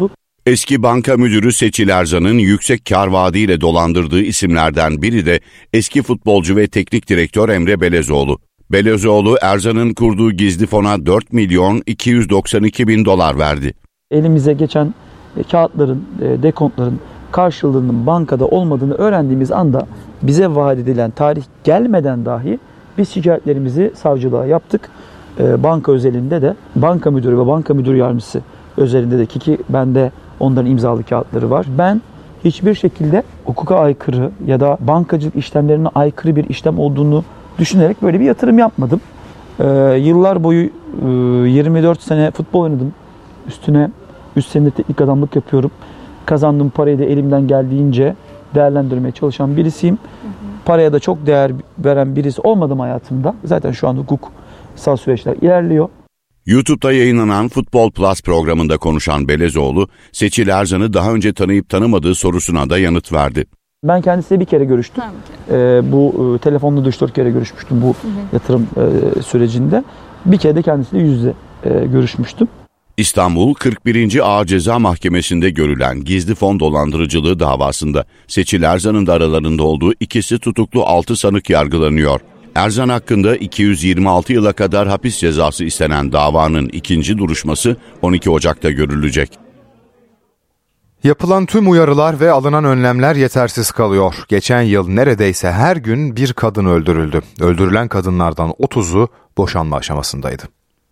Eski banka müdürü Seçil Erzan'ın yüksek kar vaadiyle dolandırdığı isimlerden biri de eski futbolcu ve teknik direktör Emre Belezoğlu. Belezoğlu, Erzan'ın kurduğu gizli fona 4 milyon 292 bin dolar verdi.
Elimize geçen kağıtların, dekontların karşılığının bankada olmadığını öğrendiğimiz anda bize vaat edilen tarih gelmeden dahi biz şikayetlerimizi savcılığa yaptık. Banka özelinde de banka müdürü ve banka müdür yardımcısı özelinde de ki bende onların imzalı kağıtları var. Ben hiçbir şekilde hukuka aykırı ya da bankacılık işlemlerine aykırı bir işlem olduğunu düşünerek böyle bir yatırım yapmadım. Yıllar boyu 24 sene futbol oynadım. Üstüne 3 senedir teknik adamlık yapıyorum. Kazandığım parayı da elimden geldiğince değerlendirmeye çalışan birisiyim. Paraya da çok değer veren birisi olmadım hayatımda. Zaten şu an hukuksal süreçler ilerliyor.
YouTube'da yayınlanan Futbol Plus programında konuşan Belezoğlu, Seçil Erzan'ı daha önce tanıyıp tanımadığı sorusuna da yanıt verdi.
Ben kendisiyle bir kere görüştüm. Bu telefonla 3-4 kere görüşmüştüm bu yatırım sürecinde. Bir kere de kendisiyle yüz yüze görüşmüştüm.
İstanbul 41. Ağır Ceza Mahkemesi'nde görülen gizli fon dolandırıcılığı davasında Seçil Erzan'ın da aralarında olduğu ikisi tutuklu 6 sanık yargılanıyor. Erzan hakkında 226 yıla kadar hapis cezası istenen davanın ikinci duruşması 12 Ocak'ta görülecek.
Yapılan tüm uyarılar ve alınan önlemler yetersiz kalıyor. Geçen yıl neredeyse her gün bir kadın öldürüldü. Öldürülen kadınlardan 30'u boşanma aşamasındaydı.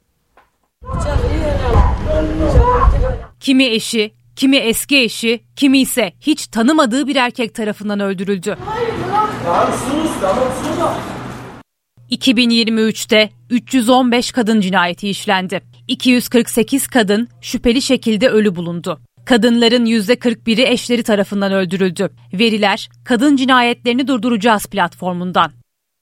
Kimi eşi, kimi eski eşi, kimi ise hiç tanımadığı bir erkek tarafından öldürüldü. 2023'te 315 kadın cinayeti işlendi. 248 kadın şüpheli şekilde ölü bulundu. Kadınların %41'i eşleri tarafından öldürüldü. Veriler Kadın Cinayetlerini Durduracağız platformundan.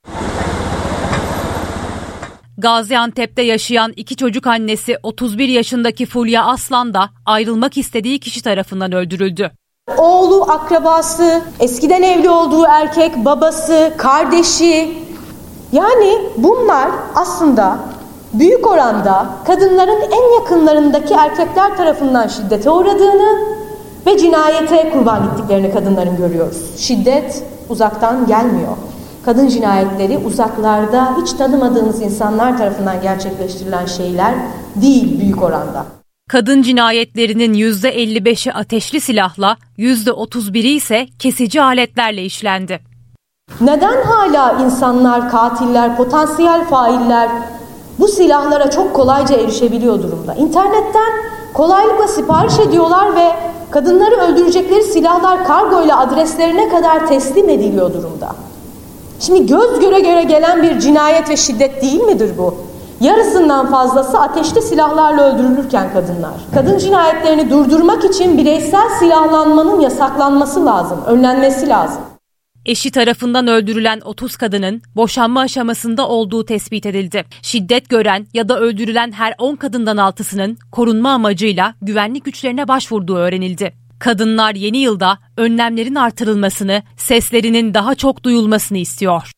Gaziantep'te yaşayan 2 çocuk annesi 31 yaşındaki Fulya Aslan da ayrılmak istediği kişi tarafından öldürüldü.
Oğlu, akrabası, eskiden evli olduğu erkek, babası, kardeşi, yani bunlar aslında büyük oranda kadınların en yakınlarındaki erkekler tarafından şiddete uğradığını ve cinayete kurban gittiklerini kadınların görüyoruz. Şiddet uzaktan gelmiyor. Kadın cinayetleri uzaklarda hiç tanımadığınız insanlar tarafından gerçekleştirilen şeyler değil büyük oranda.
Kadın cinayetlerinin %55'i ateşli silahla, %31'i ise kesici aletlerle işlendi.
Neden hala insanlar, katiller, potansiyel failler bu silahlara çok kolayca erişebiliyor durumda? İnternetten kolaylıkla sipariş ediyorlar ve kadınları öldürecekleri silahlar kargoyla adreslerine kadar teslim ediliyor durumda. Şimdi göz göre göre gelen bir cinayet ve şiddet değil midir bu? Yarısından fazlası ateşli silahlarla öldürülürken kadınlar. Kadın cinayetlerini durdurmak için bireysel silahlanmanın yasaklanması lazım, önlenmesi lazım.
Eşi tarafından öldürülen 30 kadının boşanma aşamasında olduğu tespit edildi. Şiddet gören ya da öldürülen her 10 kadından 6'sının korunma amacıyla güvenlik güçlerine başvurduğu öğrenildi. Kadınlar yeni yılda önlemlerin artırılmasını, seslerinin daha çok duyulmasını istiyor.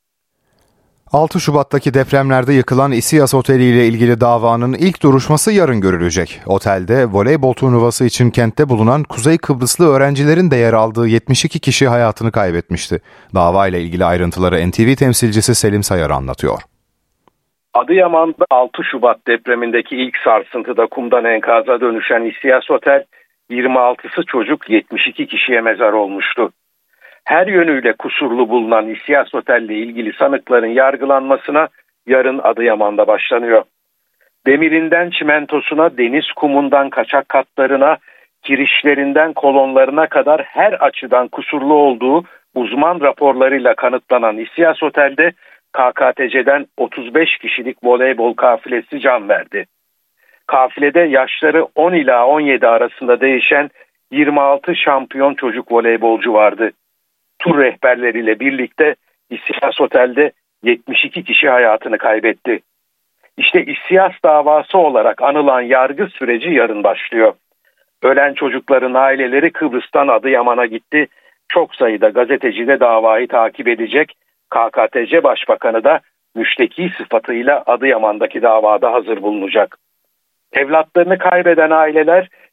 6 Şubat'taki depremlerde yıkılan İSİAS Oteli ile ilgili davanın ilk duruşması yarın görülecek. Otelde voleybol turnuvası için kentte bulunan Kuzey Kıbrıslı öğrencilerin de yer aldığı 72 kişi hayatını kaybetmişti. Dava ile ilgili ayrıntıları NTV temsilcisi Selim Sayar anlatıyor.
Adıyaman'da 6 Şubat depremindeki ilk sarsıntıda kumdan enkaza dönüşen İSİAS Otel, 26'sı çocuk, 72 kişiye mezar olmuştu. Her yönüyle kusurlu bulunan İSİAS Otel'le ilgili sanıkların yargılanmasına yarın Adıyaman'da başlanıyor. Demirinden çimentosuna, deniz kumundan kaçak katlarına, kirişlerinden kolonlarına kadar her açıdan kusurlu olduğu uzman raporlarıyla kanıtlanan İSİAS Otel'de KKTC'den 35 kişilik voleybol kafilesi can verdi. Kafilede yaşları 10 ila 17 arasında değişen 26 şampiyon çocuk voleybolcu vardı. Tur rehberleriyle birlikte İSİAS Otel'de 72 kişi hayatını kaybetti. İşte İSİAS davası olarak anılan yargı süreci yarın başlıyor. Ölen çocukların aileleri Kıbrıs'tan Adıyaman'a gitti. Çok sayıda gazeteci de davayı takip edecek. KKTC Başbakanı da müşteki sıfatıyla Adıyaman'daki davada hazır bulunacak. Evlatlarını kaybeden aileler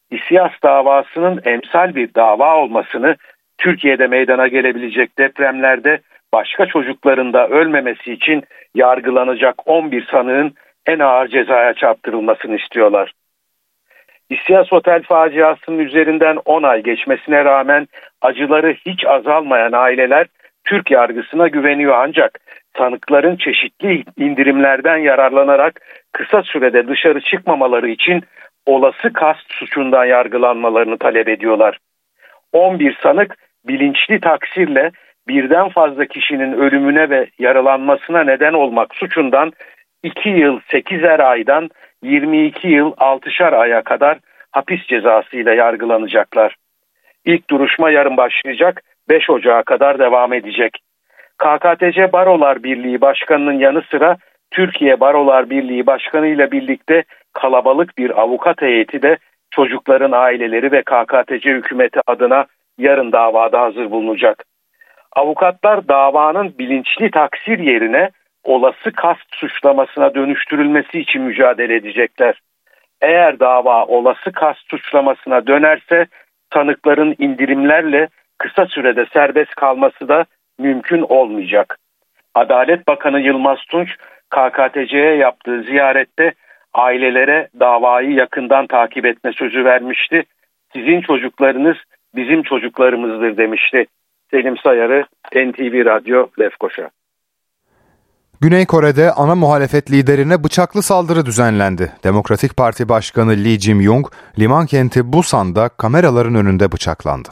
İSİAS davasının emsal bir dava olmasını, Türkiye'de meydana gelebilecek depremlerde başka çocukların da ölmemesi için yargılanacak 11 sanığın en ağır cezaya çarptırılmasını istiyorlar. İSİAS Otel faciasının üzerinden 10 ay geçmesine rağmen acıları hiç azalmayan aileler Türk yargısına güveniyor, ancak sanıkların çeşitli indirimlerden yararlanarak kısa sürede dışarı çıkmamaları için olası kast suçundan yargılanmalarını talep ediyorlar. 11 sanık bilinçli taksirle birden fazla kişinin ölümüne ve yaralanmasına neden olmak suçundan 2 yıl 8'er aydan 22 yıl 6'şar aya kadar hapis cezasıyla yargılanacaklar. İlk duruşma yarın başlayacak, 5 Ocağı kadar devam edecek. KKTC Barolar Birliği Başkanı'nın yanı sıra Türkiye Barolar Birliği Başkanı ile birlikte kalabalık bir avukat heyeti de çocukların aileleri ve KKTC hükümeti adına yarın davada hazır bulunacak. Avukatlar davanın bilinçli taksir yerine olası kast suçlamasına dönüştürülmesi için mücadele edecekler. Eğer dava olası kast suçlamasına dönerse tanıkların indirimlerle kısa sürede serbest kalması da mümkün olmayacak. Adalet Bakanı Yılmaz Tunç, KKTC'ye yaptığı ziyarette ailelere davayı yakından takip etme sözü vermişti. Sizin çocuklarınız bizim çocuklarımızdır demişti. Selim Sayarı, NTV Radyo, Lefkoşa.
Güney Kore'de ana muhalefet liderine bıçaklı saldırı düzenlendi. Demokratik Parti Başkanı Lee Jae-myung, liman kenti Busan'da kameraların önünde bıçaklandı.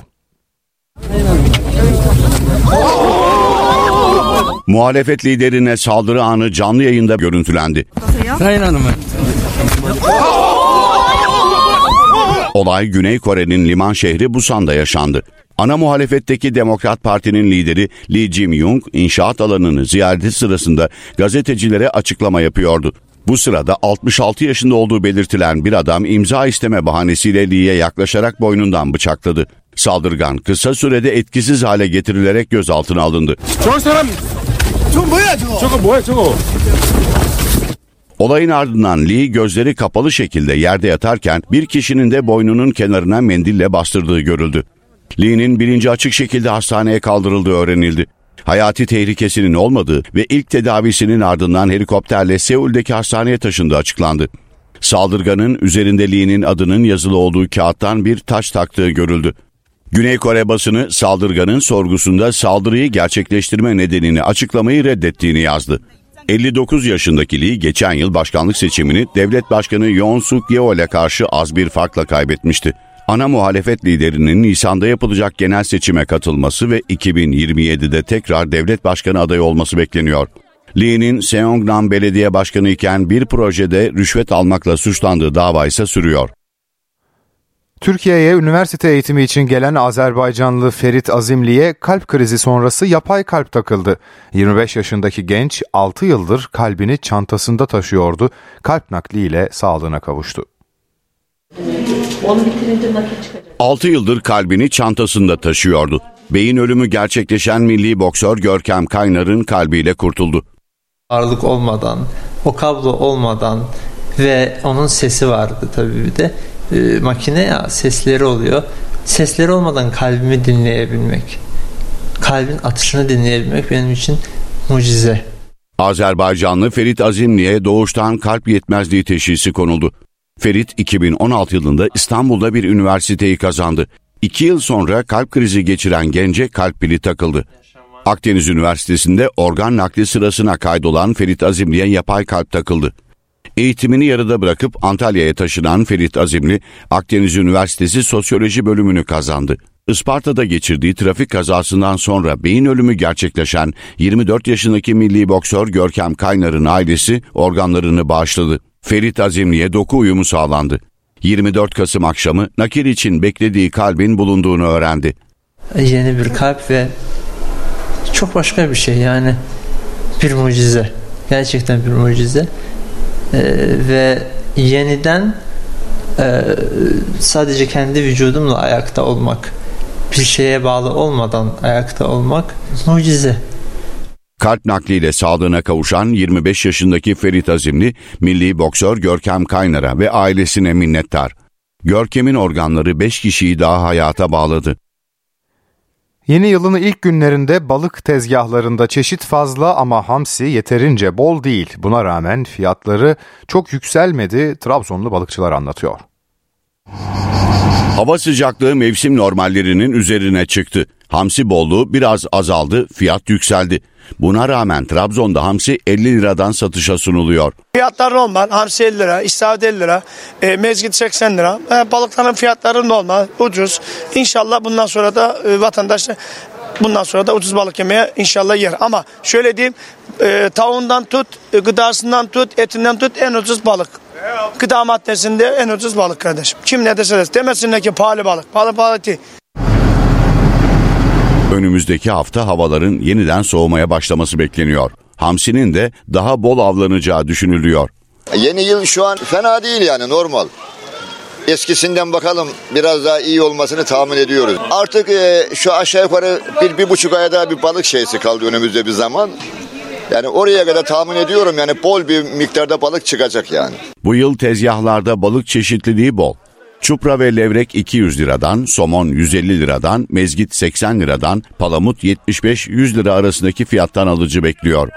Muhalefet liderine saldırı anı canlı yayında görüntülendi. Olay Güney Kore'nin liman şehri Busan'da yaşandı. Ana muhalefetteki Demokrat Parti'nin lideri Lee Jae-myung inşaat alanını ziyareti sırasında gazetecilere açıklama yapıyordu. Bu sırada 66 yaşında olduğu belirtilen bir adam imza isteme bahanesiyle Lee'ye yaklaşarak boynundan bıçakladı. Saldırgan kısa sürede etkisiz hale getirilerek gözaltına alındı. Olayın ardından Lee gözleri kapalı şekilde yerde yatarken bir kişinin de boynunun kenarına mendille bastırdığı görüldü. Lee'nin bilinci açık şekilde hastaneye kaldırıldığı öğrenildi. Hayati tehlikesinin olmadığı ve ilk tedavisinin ardından helikopterle Seul'deki hastaneye taşındığı açıklandı. Saldırganın üzerinde Lee'nin adının yazılı olduğu kağıttan bir taç taktığı görüldü. Güney Kore basını saldırganın sorgusunda saldırıyı gerçekleştirme nedenini açıklamayı reddettiğini yazdı. 59 yaşındaki Lee geçen yıl başkanlık seçimini devlet başkanı Yoon Suk Yeol'e karşı az bir farkla kaybetmişti. Ana muhalefet liderinin Nisan'da yapılacak genel seçime katılması ve 2027'de tekrar devlet başkanı adayı olması bekleniyor. Lee'nin Seongnam Belediye Başkanı iken bir projede rüşvet almakla suçlandığı dava ise sürüyor.
Türkiye'ye üniversite eğitimi için gelen Azerbaycanlı Ferit Azimli'ye kalp krizi sonrası yapay kalp takıldı. 25 yaşındaki genç 6 yıldır kalbini çantasında taşıyordu. Kalp nakliyle sağlığına kavuştu.
6 yıldır kalbini çantasında taşıyordu. Beyin ölümü gerçekleşen milli boksör Görkem Kaynar'ın kalbiyle kurtuldu.
Ağırlık olmadan, o kablo olmadan ve onun sesi vardı tabii bir de. Makine ya, sesleri oluyor. Sesleri olmadan kalbimi dinleyebilmek, kalbin atışını dinleyebilmek benim için mucize.
Azerbaycanlı Ferit Azimli'ye doğuştan kalp yetmezliği teşhisi konuldu. Ferit 2016 yılında İstanbul'da bir üniversiteyi kazandı. 2 yıl sonra kalp krizi geçiren gence kalp pili takıldı. Akdeniz Üniversitesi'nde organ nakli sırasına kaydolan Ferit Azimli'ye yapay kalp takıldı. Eğitimini yarıda bırakıp Antalya'ya taşınan Ferit Azimli, Akdeniz Üniversitesi Sosyoloji bölümünü kazandı. Isparta'da geçirdiği trafik kazasından sonra beyin ölümü gerçekleşen 24 yaşındaki milli boksör Görkem Kaynar'ın ailesi organlarını bağışladı. Ferit Azimli'ye doku uyumu sağlandı. 24 Kasım akşamı nakil için beklediği kalbin bulunduğunu öğrendi.
Yeni bir kalp ve çok başka bir şey, yani bir mucize. Gerçekten bir mucize. Ve yeniden sadece kendi vücudumla ayakta olmak, bir şeye bağlı olmadan ayakta olmak mucize.
Kalp nakliyle sağlığına kavuşan 25 yaşındaki Ferit Azimli, milli boksör Görkem Kaynar'a ve ailesine minnettar. Görkem'in organları 5 kişiyi daha hayata bağladı.
Yeni yılın ilk günlerinde balık tezgahlarında çeşit fazla ama hamsi yeterince bol değil. Buna rağmen fiyatları çok yükselmedi, Trabzonlu balıkçılar anlatıyor.
Hava sıcaklığı mevsim normallerinin üzerine çıktı. Hamsi bolluğu biraz azaldı, fiyat yükseldi. Buna rağmen Trabzon'da hamsi 50 liradan satışa sunuluyor.
Fiyatlar normal. Hamsi 50 lira, istavrit 50 lira, mezgit 80 lira. Balıkların fiyatları normal, ucuz. İnşallah bundan sonra da vatandaş ucuz balık yemeye inşallah yer. Ama şöyle diyeyim, tavuğundan tut, gıdasından tut, etinden tut en ucuz balık. Gıda maddesinde en ucuz balık kardeşim. Kim ne dese demesinler ki pahalı balık. Pahalı değil.
Önümüzdeki hafta havaların yeniden soğumaya başlaması bekleniyor. Hamsinin de daha bol avlanacağı düşünülüyor.
Yeni yıl şu an fena değil yani, normal. Eskisinden bakalım biraz daha iyi olmasını tahmin ediyoruz. Artık şu aşağı yukarı bir buçuk aya daha bir balık şeysi kaldı önümüzde bir zaman. Yani oraya kadar tahmin ediyorum yani bol bir miktarda balık çıkacak yani.
Bu yıl tezgahlarda balık çeşitliliği bol. Çupra ve levrek 200 liradan, somon 150 liradan, mezgit 80 liradan, palamut 75-100 lira arasındaki fiyattan alıcı bekliyor.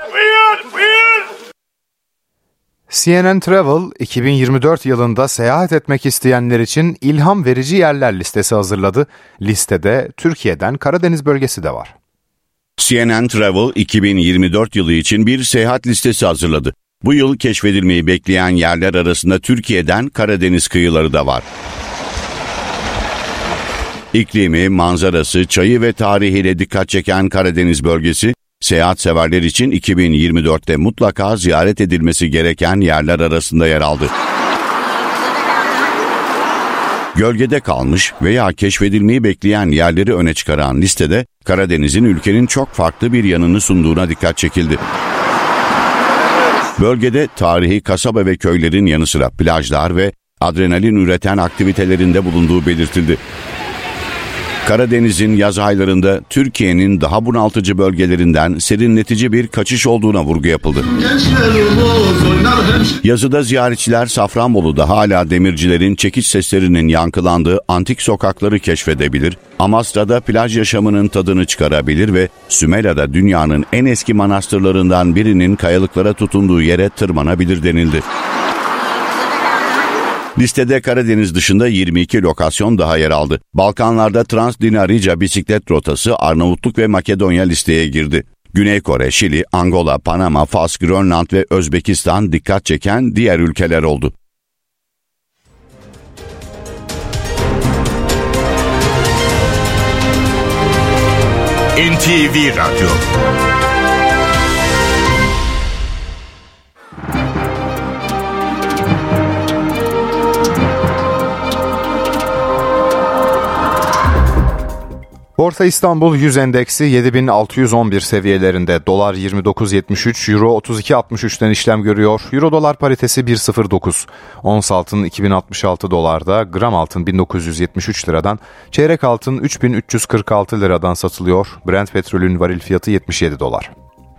CNN Travel 2024 yılında seyahat etmek isteyenler için ilham verici yerler listesi hazırladı. Listede Türkiye'den Karadeniz bölgesi de var.
CNN Travel 2024 yılı için bir seyahat listesi hazırladı. Bu yıl keşfedilmeyi bekleyen yerler arasında Türkiye'den Karadeniz kıyıları da var. İklimi, manzarası, çayı ve tarihiyle dikkat çeken Karadeniz bölgesi, seyahat severler için 2024'te mutlaka ziyaret edilmesi gereken yerler arasında yer aldı. Gölgede kalmış veya keşfedilmeyi bekleyen yerleri öne çıkaran listede Karadeniz'in ülkenin çok farklı bir yanını sunduğuna dikkat çekildi. Bölgede tarihi kasaba ve köylerin yanı sıra plajlar ve adrenalin üreten aktivitelerinde bulunduğu belirtildi. Karadeniz'in yaz aylarında Türkiye'nin daha bunaltıcı bölgelerinden serinletici bir kaçış olduğuna vurgu yapıldı. Yazıda ziyaretçiler Safranbolu'da hala demircilerin çekiç seslerinin yankılandığı antik sokakları keşfedebilir, Amasra'da plaj yaşamının tadını çıkarabilir ve Sümela'da dünyanın en eski manastırlarından birinin kayalıklara tutunduğu yere tırmanabilir denildi. Listede Karadeniz dışında 22 lokasyon daha yer aldı. Balkanlarda Trans-Dinarica bisiklet rotası, Arnavutluk ve Makedonya listeye girdi. Güney Kore, Şili, Angola, Panama, Fas, Grönland ve Özbekistan dikkat çeken diğer ülkeler oldu.
NTV Radyo.
Borsa İstanbul 100 endeksi 7611 seviyelerinde, dolar 29.73, euro 32.63'ten işlem görüyor. Euro dolar paritesi 1.09. Ons altın 2066 dolarda, gram altın 1973 liradan, çeyrek altın 3346 liradan satılıyor. Brent petrolün varil fiyatı 77 dolar.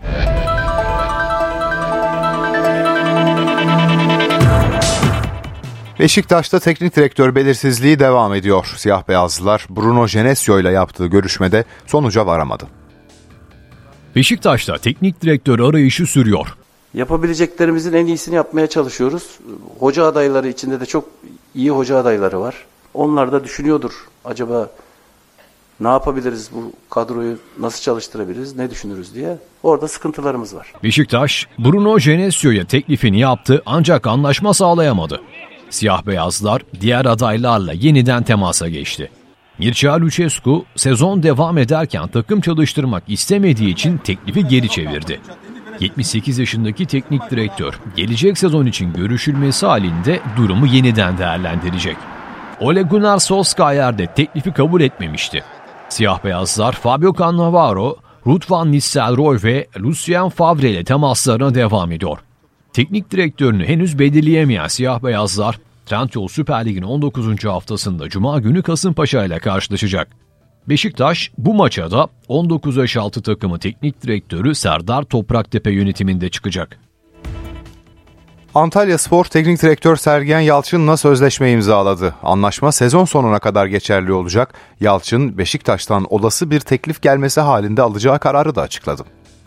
Beşiktaş'ta teknik direktör belirsizliği devam ediyor. Siyah beyazlılar Bruno Genesio ile yaptığı görüşmede sonuca varamadı.
Beşiktaş'ta teknik direktör arayışı sürüyor.
Yapabileceklerimizin en iyisini yapmaya çalışıyoruz. Hoca adayları içinde de çok iyi hoca adayları var. Onlar da düşünüyordur. Acaba ne yapabiliriz, bu kadroyu nasıl çalıştırabiliriz, ne düşünürüz diye. Orada sıkıntılarımız var.
Beşiktaş, Bruno Genesio'ya teklifini yaptı ancak anlaşma sağlayamadı. Siyah beyazlar diğer adaylarla yeniden temasa geçti. Mircea Lucescu sezon devam ederken takım çalıştırmak istemediği için teklifi geri çevirdi. 78 yaşındaki teknik direktör gelecek sezon için görüşülmesi halinde durumu yeniden değerlendirecek. Ole Gunnar Solskjaer de teklifi kabul etmemişti. Siyah beyazlar Fabio Cannavaro, Ruud van Nistelrooy ve Lucien Favre ile temaslarına devam ediyor. Teknik direktörünü henüz belirleyemeyen siyah beyazlar, Trendyol Süper Lig'in 19. haftasında Cuma günü Kasımpaşa ile karşılaşacak. Beşiktaş bu maça da 19 yaş altı takımı teknik direktörü Serdar Topraktepe yönetiminde çıkacak.
Antalyaspor Teknik Direktör Sergen Yalçın'la sözleşme imzaladı. Anlaşma sezon sonuna kadar geçerli olacak. Yalçın, Beşiktaş'tan olası bir teklif gelmesi halinde alacağı kararı da açıkladı.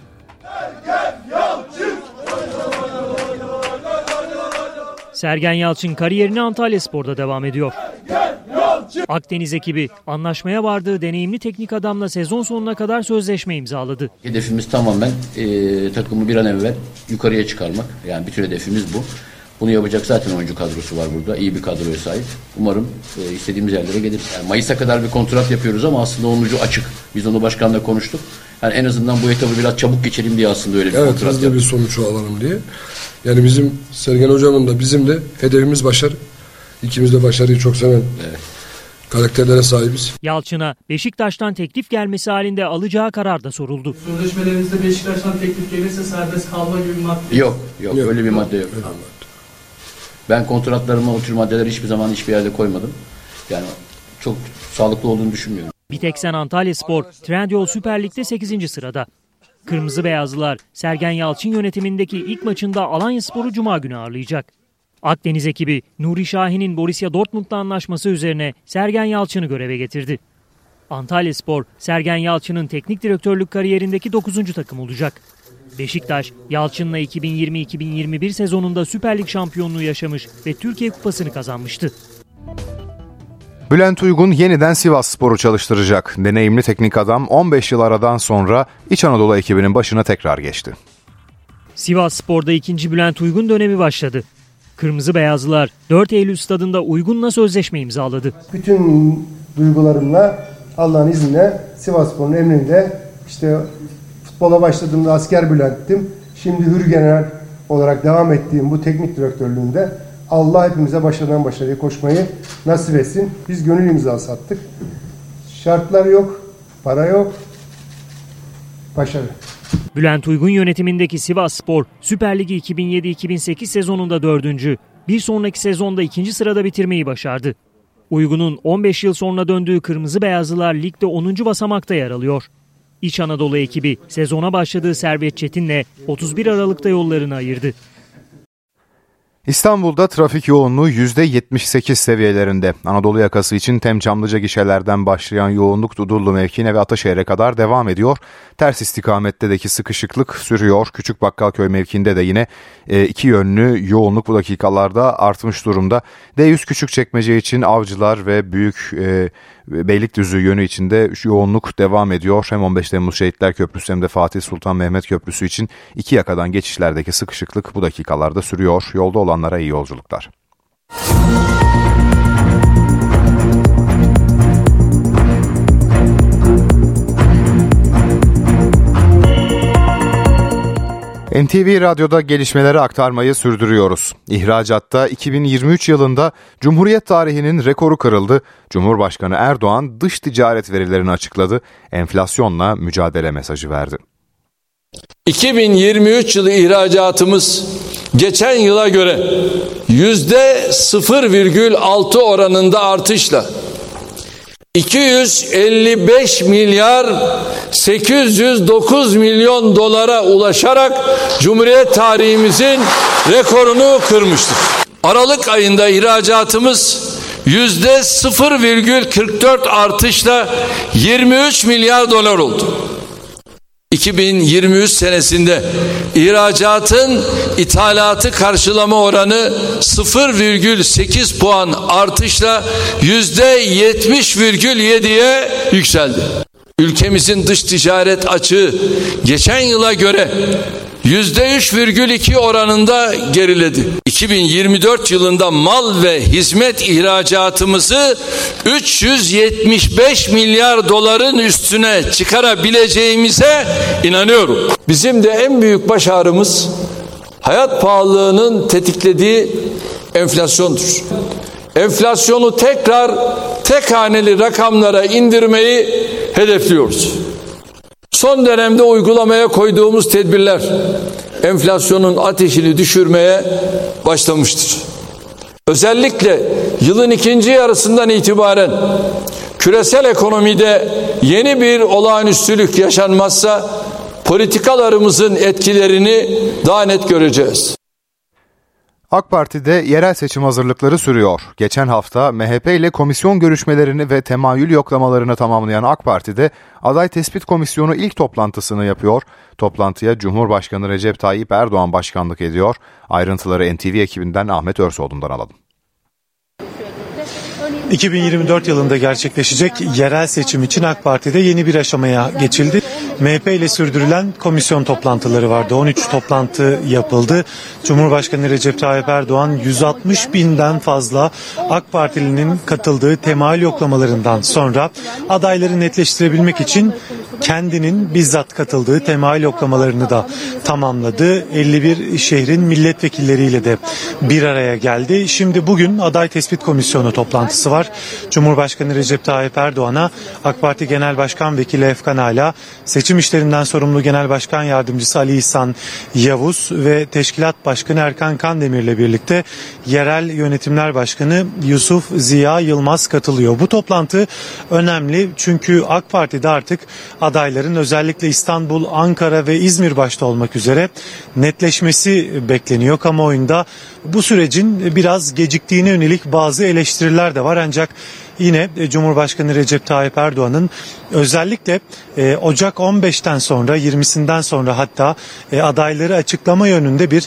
Sergen Yalçın kariyerine Antalyaspor'da devam ediyor. Akdeniz ekibi anlaşmaya vardığı deneyimli teknik adamla sezon sonuna kadar sözleşme imzaladı.
Hedefimiz tamamen takımı bir an evvel yukarıya çıkarmak. Yani bütün hedefimiz bu. Bunu yapacak zaten oyuncu kadrosu var burada. İyi bir kadroya sahip. Umarım istediğimiz yerlere gelir. Yani Mayıs'a kadar bir kontrat yapıyoruz ama aslında onun ucu açık. Biz onu başkanla konuştuk. Yani en azından bu etabı biraz çabuk geçelim diye aslında öyle bir kontrat yaptık.
Evet, hızlı bir sonuç alalım diye. Yani bizim Sergen Hocam'ın da bizim de hedefimiz başarı. İkimiz de başarıyı çok seven karakterlere sahibiz.
Yalçın'a Beşiktaş'tan teklif gelmesi halinde alacağı karar da soruldu.
Sözleşmelerinizde Beşiktaş'tan teklif gelirse serbest kalma gibi bir madde
yok. Öyle bir madde yok. Ben kontratlarıma o tür maddeleri hiçbir zaman hiçbir yerde koymadım. Yani çok sağlıklı olduğunu düşünmüyorum.
Biteksen Antalyaspor Trendyol Süper Lig'de 8. sırada. Kırmızı Beyazlılar Sergen Yalçın yönetimindeki ilk maçında Alanyaspor'u Cuma günü ağırlayacak. Akdeniz ekibi Nuri Şahin'in Borussia Dortmund'la anlaşması üzerine Sergen Yalçın'ı göreve getirdi. Antalyaspor, Sergen Yalçın'ın teknik direktörlük kariyerindeki 9. takım olacak. Beşiktaş, Yalçın'la 2020-2021 sezonunda Süper Lig şampiyonluğu yaşamış ve Türkiye Kupası'nı kazanmıştı.
Bülent Uygun yeniden Sivasspor'u çalıştıracak. Deneyimli teknik adam 15 yıl aradan sonra İç Anadolu ekibinin başına tekrar geçti.
Sivasspor'da 2. Bülent Uygun dönemi başladı. Kırmızı Beyazlılar 4 Eylül stadında Uygun'la sözleşme imzaladı.
Bütün duygularımla Allah'ın izniyle Sivasspor'un emrinde futbola başladığımda asker Bülent'tim. Şimdi Hür General olarak devam ettiğim bu teknik direktörlüğünde Allah hepimize başarıdan başarıya koşmayı nasip etsin. Biz gönül imzası attık. Şartlar yok, para yok, başarı.
Bülent Uygun yönetimindeki Sivasspor, Süper Ligi 2007-2008 sezonunda 4. bir sonraki sezonda 2. sırada bitirmeyi başardı. Uygun'un 15 yıl sonra döndüğü Kırmızı Beyazlılar ligde 10. basamakta yer alıyor. İç Anadolu ekibi sezona başladığı Servet Çetin'le 31 Aralık'ta yollarını ayırdı.
İstanbul'da trafik yoğunluğu %78 seviyelerinde. Anadolu yakası için Tem-Çamlıca gişelerden başlayan yoğunluk Dudullu mevkine ve Ataşehir'e kadar devam ediyor. Ters istikametteki sıkışıklık sürüyor. Küçükbakkalköy mevkinde de yine iki yönlü yoğunluk bu dakikalarda artmış durumda. D100 Küçükçekmece için Avcılar ve Beylikdüzü yönü içinde yoğunluk devam ediyor. Hem 15 Temmuz Şehitler Köprüsü hem de Fatih Sultan Mehmet Köprüsü için iki yakadan geçişlerdeki sıkışıklık bu dakikalarda sürüyor. Yolda olanlara iyi yolculuklar. NTV Radyo'da gelişmeleri aktarmayı sürdürüyoruz. İhracatta 2023 yılında Cumhuriyet tarihinin rekoru kırıldı. Cumhurbaşkanı Erdoğan dış ticaret verilerini açıkladı. Enflasyonla mücadele mesajı verdi.
2023 yılı ihracatımız geçen yıla göre %0,6 oranında artışla 255 milyar 809 milyon dolara ulaşarak Cumhuriyet tarihimizin rekorunu kırmıştır. Aralık ayında ihracatımız %0,44 artışla 23 milyar dolar oldu. 2023 senesinde ihracatın ithalatı karşılama oranı 0,8 puan artışla %70,7'ye yükseldi. Ülkemizin dış ticaret açığı geçen yıla göre %3,2 oranında geriledi. 2024 yılında mal ve hizmet ihracatımızı 375 milyar doların üstüne çıkarabileceğimize inanıyorum. Bizim de en büyük başarımız hayat pahalılığının tetiklediği enflasyondur. Enflasyonu tekrar tek haneli rakamlara indirmeyi hedefliyoruz. Son dönemde uygulamaya koyduğumuz tedbirler enflasyonun ateşini düşürmeye başlamıştır. Özellikle yılın ikinci yarısından itibaren küresel ekonomide yeni bir olağanüstülük yaşanmazsa politikalarımızın etkilerini daha net göreceğiz.
AK Parti'de yerel seçim hazırlıkları sürüyor. Geçen hafta MHP ile komisyon görüşmelerini ve temayül yoklamalarını tamamlayan AK Parti'de aday tespit komisyonu ilk toplantısını yapıyor. Toplantıya Cumhurbaşkanı Recep Tayyip Erdoğan başkanlık ediyor. Ayrıntıları NTV ekibinden Ahmet Örsoğlu'ndan alalım.
2024 yılında gerçekleşecek yerel seçim için AK Parti'de yeni bir aşamaya geçildi. MHP ile sürdürülen komisyon toplantıları vardı. 13 toplantı yapıldı. Cumhurbaşkanı Recep Tayyip Erdoğan 160 binden fazla AK Partilinin katıldığı temayül yoklamalarından sonra adayları netleştirebilmek için kendinin bizzat katıldığı temayül yoklamalarını da tamamladı. 51 şehrin milletvekilleriyle de bir araya geldi. Şimdi bugün aday tespit komisyonu toplantısı var. Cumhurbaşkanı Recep Tayyip Erdoğan'a AK Parti Genel Başkan Vekili Efkan Ala, seçim işlerinden sorumlu Genel Başkan Yardımcısı Ali İhsan Yavuz ve Teşkilat Başkanı Erkan Kandemir'le birlikte Yerel Yönetimler Başkanı Yusuf Ziya Yılmaz katılıyor. Bu toplantı önemli çünkü AK Parti'de artık adayların özellikle İstanbul, Ankara ve İzmir başta olmak üzere netleşmesi bekleniyor. Kamuoyunda bu sürecin biraz geciktiğine yönelik bazı eleştiriler de var. Ancak yine Cumhurbaşkanı Recep Tayyip Erdoğan'ın özellikle Ocak 15'ten sonra 20'sinden sonra hatta adayları açıklama yönünde bir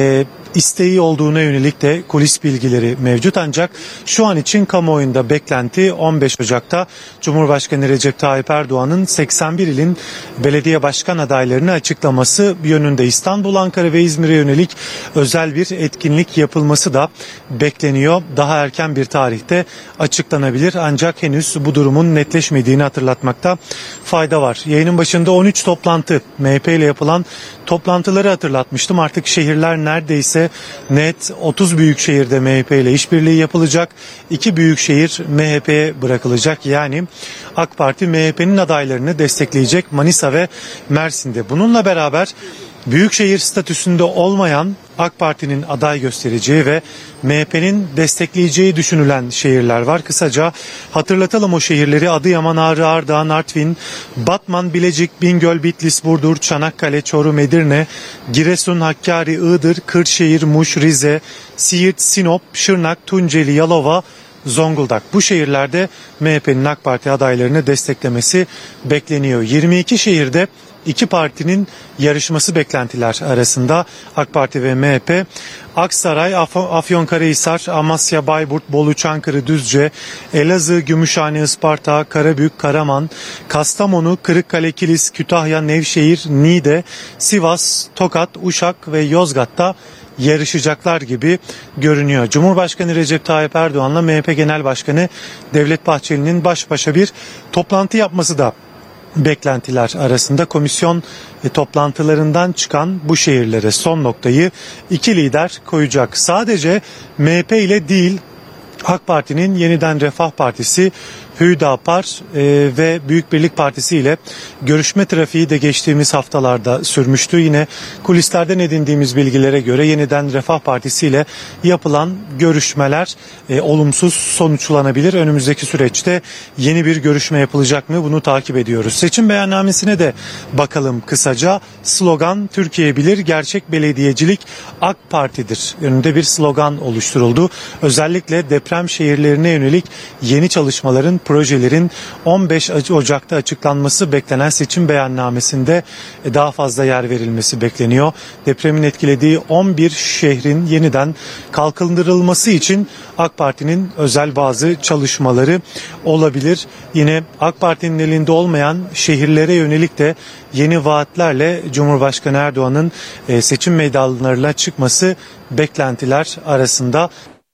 isteği olduğuna yönelik de kulis bilgileri mevcut. Ancak şu an için kamuoyunda beklenti 15 Ocak'ta Cumhurbaşkanı Recep Tayyip Erdoğan'ın 81 ilin belediye başkan adaylarını açıklaması yönünde. İstanbul, Ankara ve İzmir'e yönelik özel bir etkinlik yapılması da bekleniyor. Daha erken bir tarihte açıklanabilir ancak henüz bu durumun netleşmediğini hatırlatmakta fayda var. Yayının başında 13 toplantı MHP ile yapılan toplantıları hatırlatmıştım. Artık şehirler neredeyse net. 30 büyük şehirde MHP ile işbirliği yapılacak. 2 büyük şehir MHP'ye bırakılacak. Yani AK Parti MHP'nin adaylarını destekleyecek Manisa ve Mersin'de. Bununla beraber büyükşehir statüsünde olmayan AK Parti'nin aday göstereceği ve MHP'nin destekleyeceği düşünülen şehirler var. Kısaca hatırlatalım o şehirleri: Adıyaman, Ağrı, Ardahan, Artvin, Batman, Bilecik, Bingöl, Bitlis, Burdur, Çanakkale, Çorum, Edirne, Giresun, Hakkari, Iğdır, Kırşehir, Muş, Rize, Siirt, Sinop, Şırnak, Tunceli, Yalova, Zonguldak. Bu şehirlerde MHP'nin AK Parti adaylarını desteklemesi bekleniyor. 22 şehirde İki partinin yarışması beklentiler arasında. AK Parti ve MHP, Aksaray, Afyonkarahisar, Amasya, Bayburt, Bolu, Çankırı, Düzce, Elazığ, Gümüşhane, Isparta, Karabük, Karaman, Kastamonu, Kırıkkale, Kilis, Kütahya, Nevşehir, Niğde, Sivas, Tokat, Uşak ve Yozgat'ta yarışacaklar gibi görünüyor. Cumhurbaşkanı Recep Tayyip Erdoğan'la MHP Genel Başkanı Devlet Bahçeli'nin baş başa bir toplantı yapması da beklentiler arasında. Komisyon toplantılarından çıkan bu şehirlere son noktayı iki lider koyacak. Sadece MHP ile değil, AK Parti'nin Yeniden Refah Partisi, Hüdapar ve Büyük Birlik Partisi ile görüşme trafiği de geçtiğimiz haftalarda sürmüştü. Yine kulislerden edindiğimiz bilgilere göre Yeniden Refah Partisi ile yapılan görüşmeler olumsuz sonuçlanabilir. Önümüzdeki süreçte yeni bir görüşme yapılacak mı? Bunu takip ediyoruz. Seçim beyannamesine de bakalım kısaca. Slogan "Türkiye bilir, gerçek belediyecilik AK Parti'dir" yönünde bir slogan oluşturuldu. Özellikle deprem şehirlerine yönelik yeni çalışmaların, projelerin 15 Ocak'ta açıklanması beklenen seçim beyannamesinde daha fazla yer verilmesi bekleniyor. Depremin etkilediği 11 şehrin yeniden kalkındırılması için AK Parti'nin özel bazı çalışmaları olabilir. Yine AK Parti'nin elinde olmayan şehirlere yönelik de yeni vaatlerle Cumhurbaşkanı Erdoğan'ın seçim meydanlarına çıkması beklentiler arasında.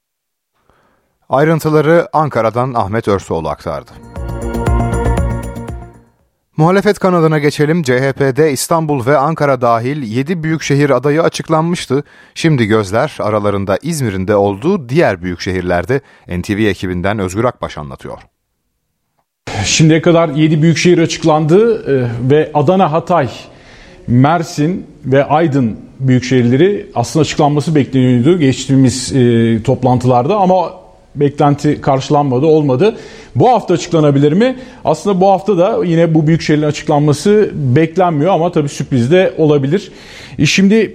Ayrıntıları Ankara'dan Ahmet Örsoğlu aktardı. Muhalefet kanadına geçelim. CHP'de İstanbul ve Ankara dahil 7 büyükşehir adayı açıklanmıştı. Şimdi gözler aralarında İzmir'in de olduğu diğer büyük şehirlerde. NTV ekibinden Özgür Akbaş anlatıyor.
Şimdiye kadar 7 büyükşehir açıklandı ve Adana, Hatay, Mersin ve Aydın büyükşehirleri aslında açıklanması bekleniyordu geçtiğimiz toplantılarda ama beklenti karşılanmadı, olmadı. Bu hafta açıklanabilir mi? Aslında bu hafta da yine bu büyükşehirlerin açıklanması beklenmiyor ama tabii sürpriz de olabilir. Şimdi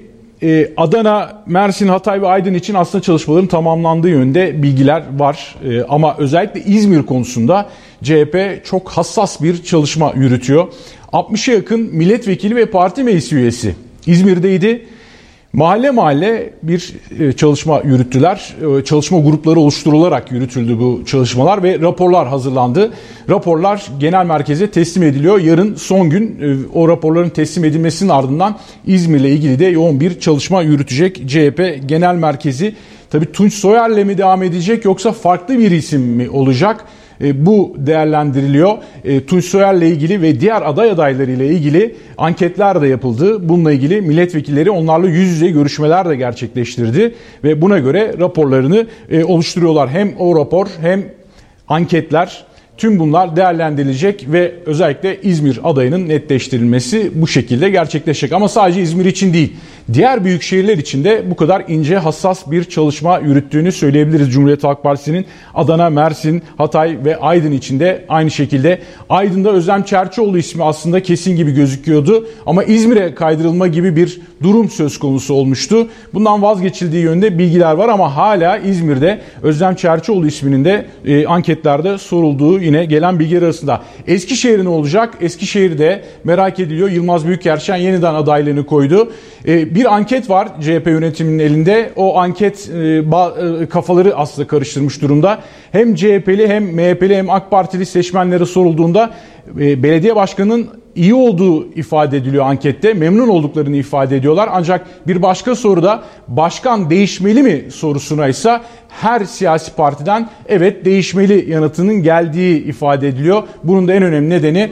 Adana, Mersin, Hatay ve Aydın için aslında çalışmaların tamamlandığı yönde bilgiler var. Ama özellikle İzmir konusunda CHP çok hassas bir çalışma yürütüyor. 60'a yakın milletvekili ve parti meclis üyesi İzmir'deydi. Mahalle mahalle bir çalışma yürüttüler. Çalışma grupları oluşturularak yürütüldü bu çalışmalar ve raporlar hazırlandı. Raporlar genel merkeze teslim ediliyor. Yarın son gün o raporların teslim edilmesinin ardından İzmir'le ilgili de yoğun bir çalışma yürütecek CHP genel merkezi. Tabii Tunç Soyer'le mi devam edecek yoksa farklı bir isim mi olacak? Bu değerlendiriliyor. Tunç Soyer'le ilgili ve diğer aday adaylarıyla ilgili anketler de yapıldı. Bununla ilgili milletvekilleri onlarla yüz yüze görüşmeler de gerçekleştirdi ve buna göre raporlarını oluşturuyorlar. Hem o rapor hem anketler, tüm bunlar değerlendirilecek ve özellikle İzmir adayının netleştirilmesi bu şekilde gerçekleşecek. Ama sadece İzmir için değil, diğer büyük şehirler için de bu kadar ince, hassas bir çalışma yürüttüğünü söyleyebiliriz. Cumhuriyet Halk Partisi'nin Adana, Mersin, Hatay ve Aydın için de aynı şekilde. Aydın'da Özlem Çerçioğlu ismi aslında kesin gibi gözüküyordu ama İzmir'e kaydırılma gibi bir durum söz konusu olmuştu. Bundan vazgeçildiği yönde bilgiler var ama hala İzmir'de Özlem Çerçioğlu isminin de anketlerde sorulduğu yine gelen bilgiler arasında. Eskişehir ne olacak? Eskişehir'de merak ediliyor. Yılmaz Büyükerşen yeniden adaylığını koydu. Bir anket var CHP yönetiminin elinde. O anket kafaları aslında karıştırmış durumda. Hem CHP'li hem MHP'li hem AK Partili seçmenlere sorulduğunda belediye başkanının iyi olduğu ifade ediliyor ankette. Memnun olduklarını ifade ediyorlar. Ancak bir başka soruda başkan değişmeli mi sorusuna ise her siyasi partiden evet değişmeli yanıtının geldiği ifade ediliyor. Bunun da en önemli nedeni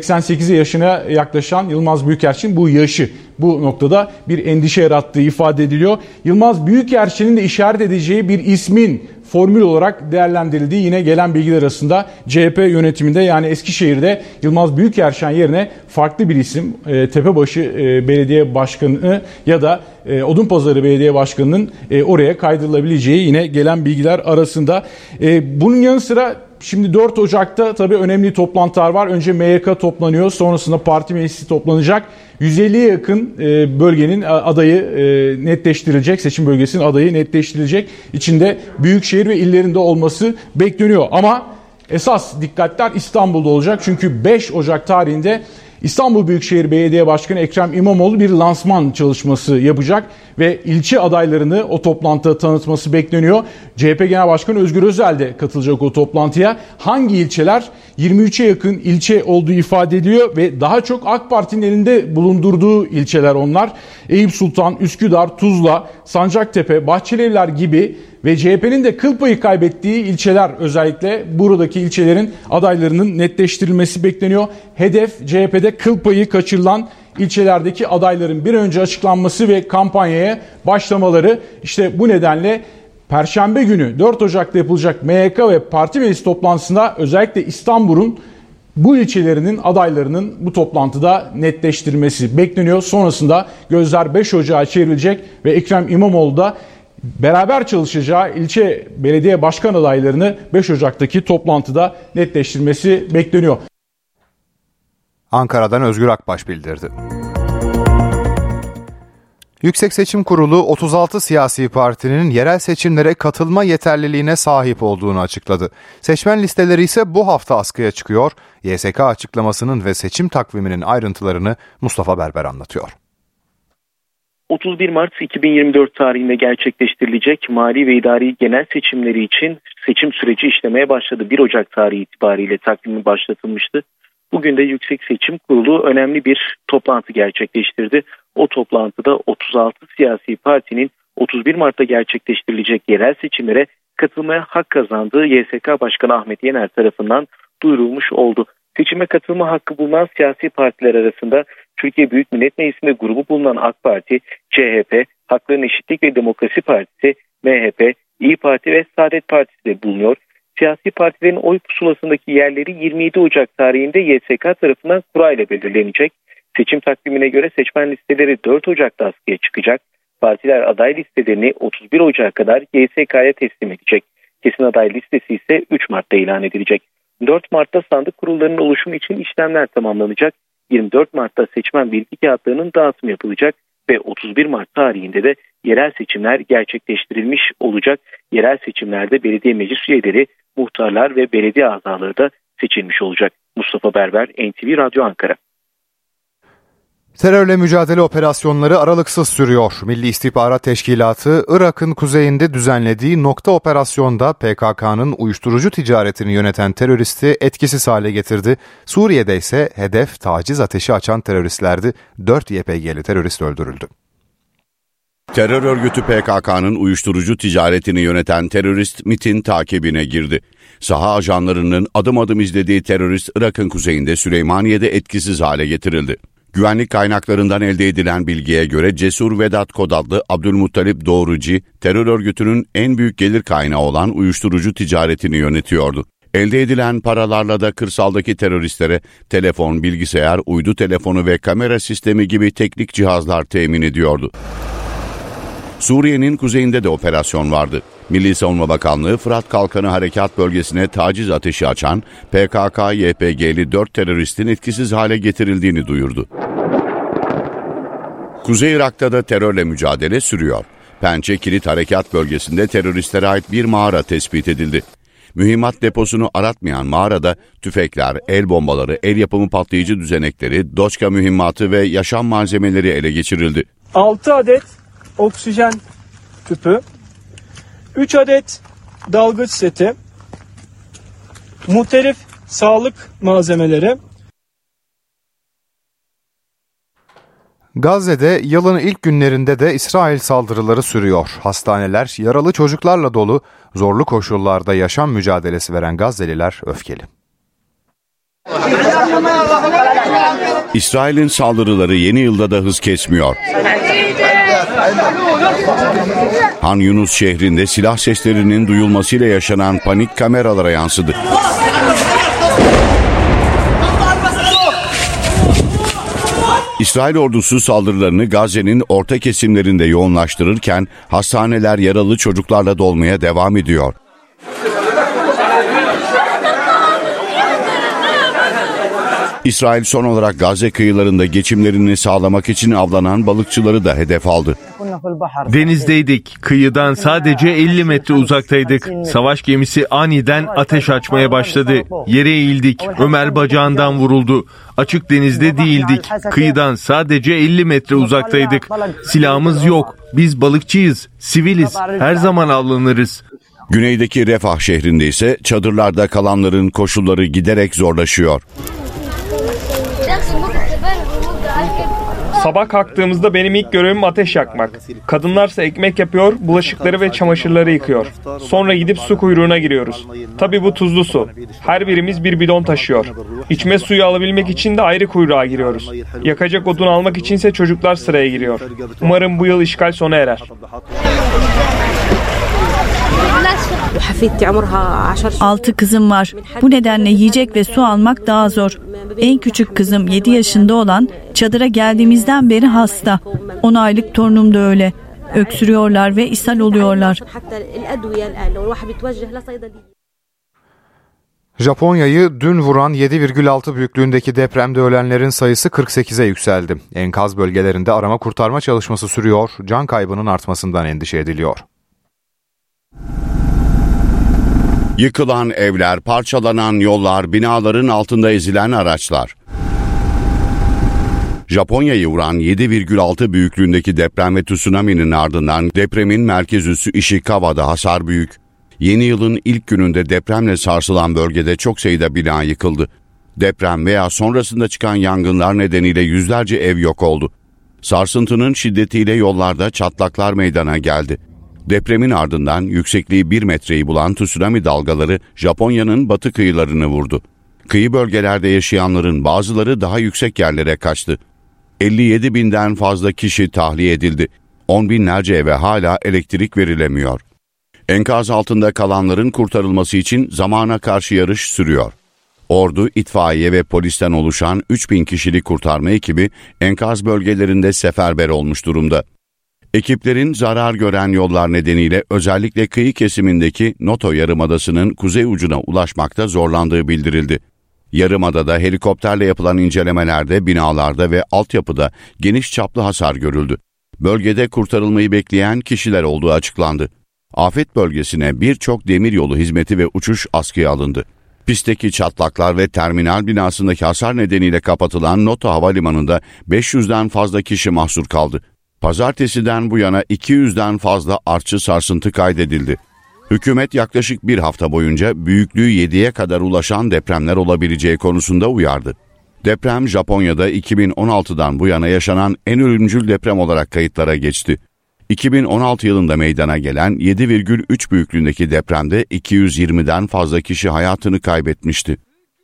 88 yaşına yaklaşan Yılmaz Büyükerşen bu yaşı. Bu noktada bir endişe yarattığı ifade ediliyor. Yılmaz Büyükerşen'in de işaret edeceği bir ismin formül olarak değerlendirildiği yine gelen bilgiler arasında CHP yönetiminde yani Eskişehir'de Yılmaz Büyükerşen yerine farklı bir isim Tepebaşı Belediye Başkanı ya da Odunpazarı Belediye Başkanı'nın oraya kaydırılabileceği yine gelen bilgiler arasında. Bunun yanı sıra şimdi 4 Ocak'ta tabii önemli toplantılar var. Önce MYK toplanıyor, sonrasında parti meclisi toplanacak. 150'ye yakın bölgenin adayı netleştirilecek, seçim bölgesinin adayı netleştirilecek. İçinde büyükşehir ve illerinde olması bekleniyor. Ama esas dikkatler İstanbul'da olacak. Çünkü 5 Ocak tarihinde İstanbul Büyükşehir Belediye Başkanı Ekrem İmamoğlu bir lansman çalışması yapacak ve ilçe adaylarını o toplantıda tanıtması bekleniyor. CHP Genel Başkanı Özgür Özel de katılacak o toplantıya. Hangi ilçeler? 23'e yakın ilçe olduğu ifade ediliyor ve daha çok AK Parti'nin elinde bulundurduğu ilçeler onlar. Eyüp Sultan, Üsküdar, Tuzla, Sancaktepe, Bahçelievler gibi ve CHP'nin de kıl payı kaybettiği ilçeler özellikle buradaki ilçelerin adaylarının netleştirilmesi bekleniyor. Hedef CHP'de kıl payı kaçırılan ilçelerdeki adayların bir önce açıklanması ve kampanyaya başlamaları. İşte bu nedenle Perşembe günü 4 Ocak'ta yapılacak MYK ve parti meclis toplantısında özellikle İstanbul'un bu ilçelerinin adaylarının bu toplantıda netleştirilmesi bekleniyor. Sonrasında gözler 5 Ocak'a çevrilecek ve Ekrem İmamoğlu da beraber çalışacağı ilçe belediye başkan adaylarını 5 Ocak'taki toplantıda netleştirmesi bekleniyor.
Ankara'dan Özgür Akbaş bildirdi. Yüksek Seçim Kurulu 36 siyasi partinin yerel seçimlere katılma yeterliliğine sahip olduğunu açıkladı. Seçmen listeleri ise bu hafta askıya çıkıyor. YSK açıklamasının ve seçim takviminin ayrıntılarını Mustafa Berber anlatıyor.
31 Mart 2024 tarihinde gerçekleştirilecek mali ve idari genel seçimleri için seçim süreci işlemeye başladı. 1 Ocak tarihi itibariyle takvimi başlatılmıştı. Bugün de Yüksek Seçim Kurulu önemli bir toplantı gerçekleştirdi. O toplantıda 36 siyasi partinin 31 Mart'ta gerçekleştirilecek yerel seçimlere katılmaya hak kazandığı YSK Başkanı Ahmet Yener tarafından duyurulmuş oldu. Seçime katılma hakkı bulunan siyasi partiler arasında Türkiye Büyük Millet Meclisi'nde grubu bulunan AK Parti, CHP, Hakların Eşitlik ve Demokrasi Partisi, MHP, İYİ Parti ve Saadet Partisi de bulunuyor. Siyasi partilerin oy pusulasındaki yerleri 27 Ocak tarihinde YSK tarafından kura ile belirlenecek. Seçim takvimine göre seçmen listeleri 4 Ocak'ta askıya çıkacak. Partiler aday listelerini 31 Ocak'a kadar YSK'ya teslim edecek. Kesin aday listesi ise 3 Mart'ta ilan edilecek. 4 Mart'ta sandık kurullarının oluşumu için işlemler tamamlanacak. 24 Mart'ta seçmen bilgi kağıtlarının dağıtımı yapılacak. ve 31 Mart tarihinde de yerel seçimler gerçekleştirilmiş olacak. Yerel seçimlerde belediye meclis üyeleri, muhtarlar ve belediye azaları da seçilmiş olacak. Mustafa Berber, NTV Radyo Ankara.
Terörle mücadele operasyonları aralıksız sürüyor. Milli İstihbarat Teşkilatı, Irak'ın kuzeyinde düzenlediği nokta operasyonda PKK'nın uyuşturucu ticaretini yöneten teröristi etkisiz hale getirdi. Suriye'de ise hedef taciz ateşi açan teröristlerdi. 4 YPG'li terörist öldürüldü.
Terör örgütü PKK'nın uyuşturucu ticaretini yöneten terörist MİT'in takibine girdi. Saha ajanlarının adım adım izlediği terörist Irak'ın kuzeyinde Süleymaniye'de etkisiz hale getirildi. Güvenlik kaynaklarından elde edilen bilgiye göre Cesur Vedat Kod adlı Abdülmuttalip Doğruci, terör örgütünün en büyük gelir kaynağı olan uyuşturucu ticaretini yönetiyordu. Elde edilen paralarla da kırsaldaki teröristlere telefon, bilgisayar, uydu telefonu ve kamera sistemi gibi teknik cihazlar temin ediyordu. Suriye'nin kuzeyinde de operasyon vardı. Milli Savunma Bakanlığı, Fırat Kalkanı Harekat Bölgesi'ne taciz ateşi açan PKK-YPG'li 4 teröristin etkisiz hale getirildiğini duyurdu. Kuzey Irak'ta da terörle mücadele sürüyor. Pençe Kilit Harekat Bölgesi'nde teröristlere ait bir mağara tespit edildi. Mühimmat deposunu aratmayan mağarada tüfekler, el bombaları, el yapımı patlayıcı düzenekleri, doçka mühimmatı ve yaşam malzemeleri ele geçirildi.
6 adet oksijen tüpü, 3 adet dalgıç seti, muhtelif sağlık malzemeleri.
Gazze'de yılın ilk günlerinde de İsrail saldırıları sürüyor. Hastaneler yaralı çocuklarla dolu, zorlu koşullarda yaşam mücadelesi veren Gazze'liler öfkeli.
İsrail'in saldırıları yeni yılda da hız kesmiyor. Han Yunus şehrinde silah seslerinin duyulmasıyla yaşanan panik kameralara yansıdı. İsrail ordusu saldırılarını Gazze'nin orta kesimlerinde yoğunlaştırırken hastaneler yaralı çocuklarla dolmaya devam ediyor. İsrail son olarak Gazze kıyılarında geçimlerini sağlamak için avlanan balıkçıları da hedef aldı.
Denizdeydik. Kıyıdan sadece 50 metre uzaktaydık. Savaş gemisi aniden ateş açmaya başladı. Yere eğildik. Ömer bacağından vuruldu. Açık denizde değildik. Kıyıdan sadece 50 metre uzaktaydık. Silahımız yok. Biz balıkçıyız. Siviliz. Her zaman avlanırız.
Güneydeki Refah şehrinde ise çadırlarda kalanların koşulları giderek zorlaşıyor.
Sabah kalktığımızda benim ilk görevim ateş yakmak. Kadınlarsa ekmek yapıyor, bulaşıkları ve çamaşırları yıkıyor. Sonra gidip su kuyruğuna giriyoruz. Tabii bu tuzlu su. Her birimiz bir bidon taşıyor. İçme suyu alabilmek için de ayrı kuyruğa giriyoruz. Yakacak odun almak içinse çocuklar sıraya giriyor. Umarım bu yıl işgal sona erer.
6 kızım var. Bu nedenle yiyecek ve su almak daha zor. En küçük kızım 7 yaşında olan çadıra geldiğimizden beri hasta. 10 aylık torunum da öyle. Öksürüyorlar ve ishal oluyorlar.
Japonya'yı dün vuran 7,6 büyüklüğündeki depremde ölenlerin sayısı 48'e yükseldi. Enkaz bölgelerinde arama kurtarma çalışması sürüyor. Can kaybının artmasından endişe ediliyor.
Yıkılan evler, parçalanan yollar, binaların altında ezilen araçlar. Japonya'yı vuran 7,6 büyüklüğündeki deprem ve tsunami'nin ardından depremin merkez üssü Ishikawa'da hasar büyük. Yeni yılın ilk gününde depremle sarsılan bölgede çok sayıda bina yıkıldı. Deprem veya sonrasında çıkan yangınlar nedeniyle yüzlerce ev yok oldu. Sarsıntının şiddetiyle yollarda çatlaklar meydana geldi. Depremin ardından yüksekliği 1 metreyi bulan tsunami dalgaları Japonya'nın batı kıyılarını vurdu. Kıyı bölgelerde yaşayanların bazıları daha yüksek yerlere kaçtı. 57 binden fazla kişi tahliye edildi. 10 binlerce eve hala elektrik verilemiyor. Enkaz altında kalanların kurtarılması için zamana karşı yarış sürüyor. Ordu, itfaiye ve polisten oluşan 3000 kişilik kurtarma ekibi enkaz bölgelerinde seferber olmuş durumda. Ekiplerin zarar gören yollar nedeniyle özellikle kıyı kesimindeki Noto Yarımadası'nın kuzey ucuna ulaşmakta zorlandığı bildirildi. Yarımada'da helikopterle yapılan incelemelerde binalarda ve altyapıda geniş çaplı hasar görüldü. Bölgede kurtarılmayı bekleyen kişiler olduğu açıklandı. Afet bölgesine birçok demiryolu hizmeti ve uçuş askıya alındı. Pistteki çatlaklar ve terminal binasındaki hasar nedeniyle kapatılan Noto Havalimanı'nda 500'den fazla kişi mahsur kaldı. Pazartesiden bu yana 200'den fazla artçı sarsıntı kaydedildi. Hükümet yaklaşık bir hafta boyunca büyüklüğü 7'ye kadar ulaşan depremler olabileceği konusunda uyardı. Deprem Japonya'da 2016'dan bu yana yaşanan en ölümcül deprem olarak kayıtlara geçti. 2016 yılında meydana gelen 7,3 büyüklüğündeki depremde 220'den fazla kişi hayatını kaybetmişti.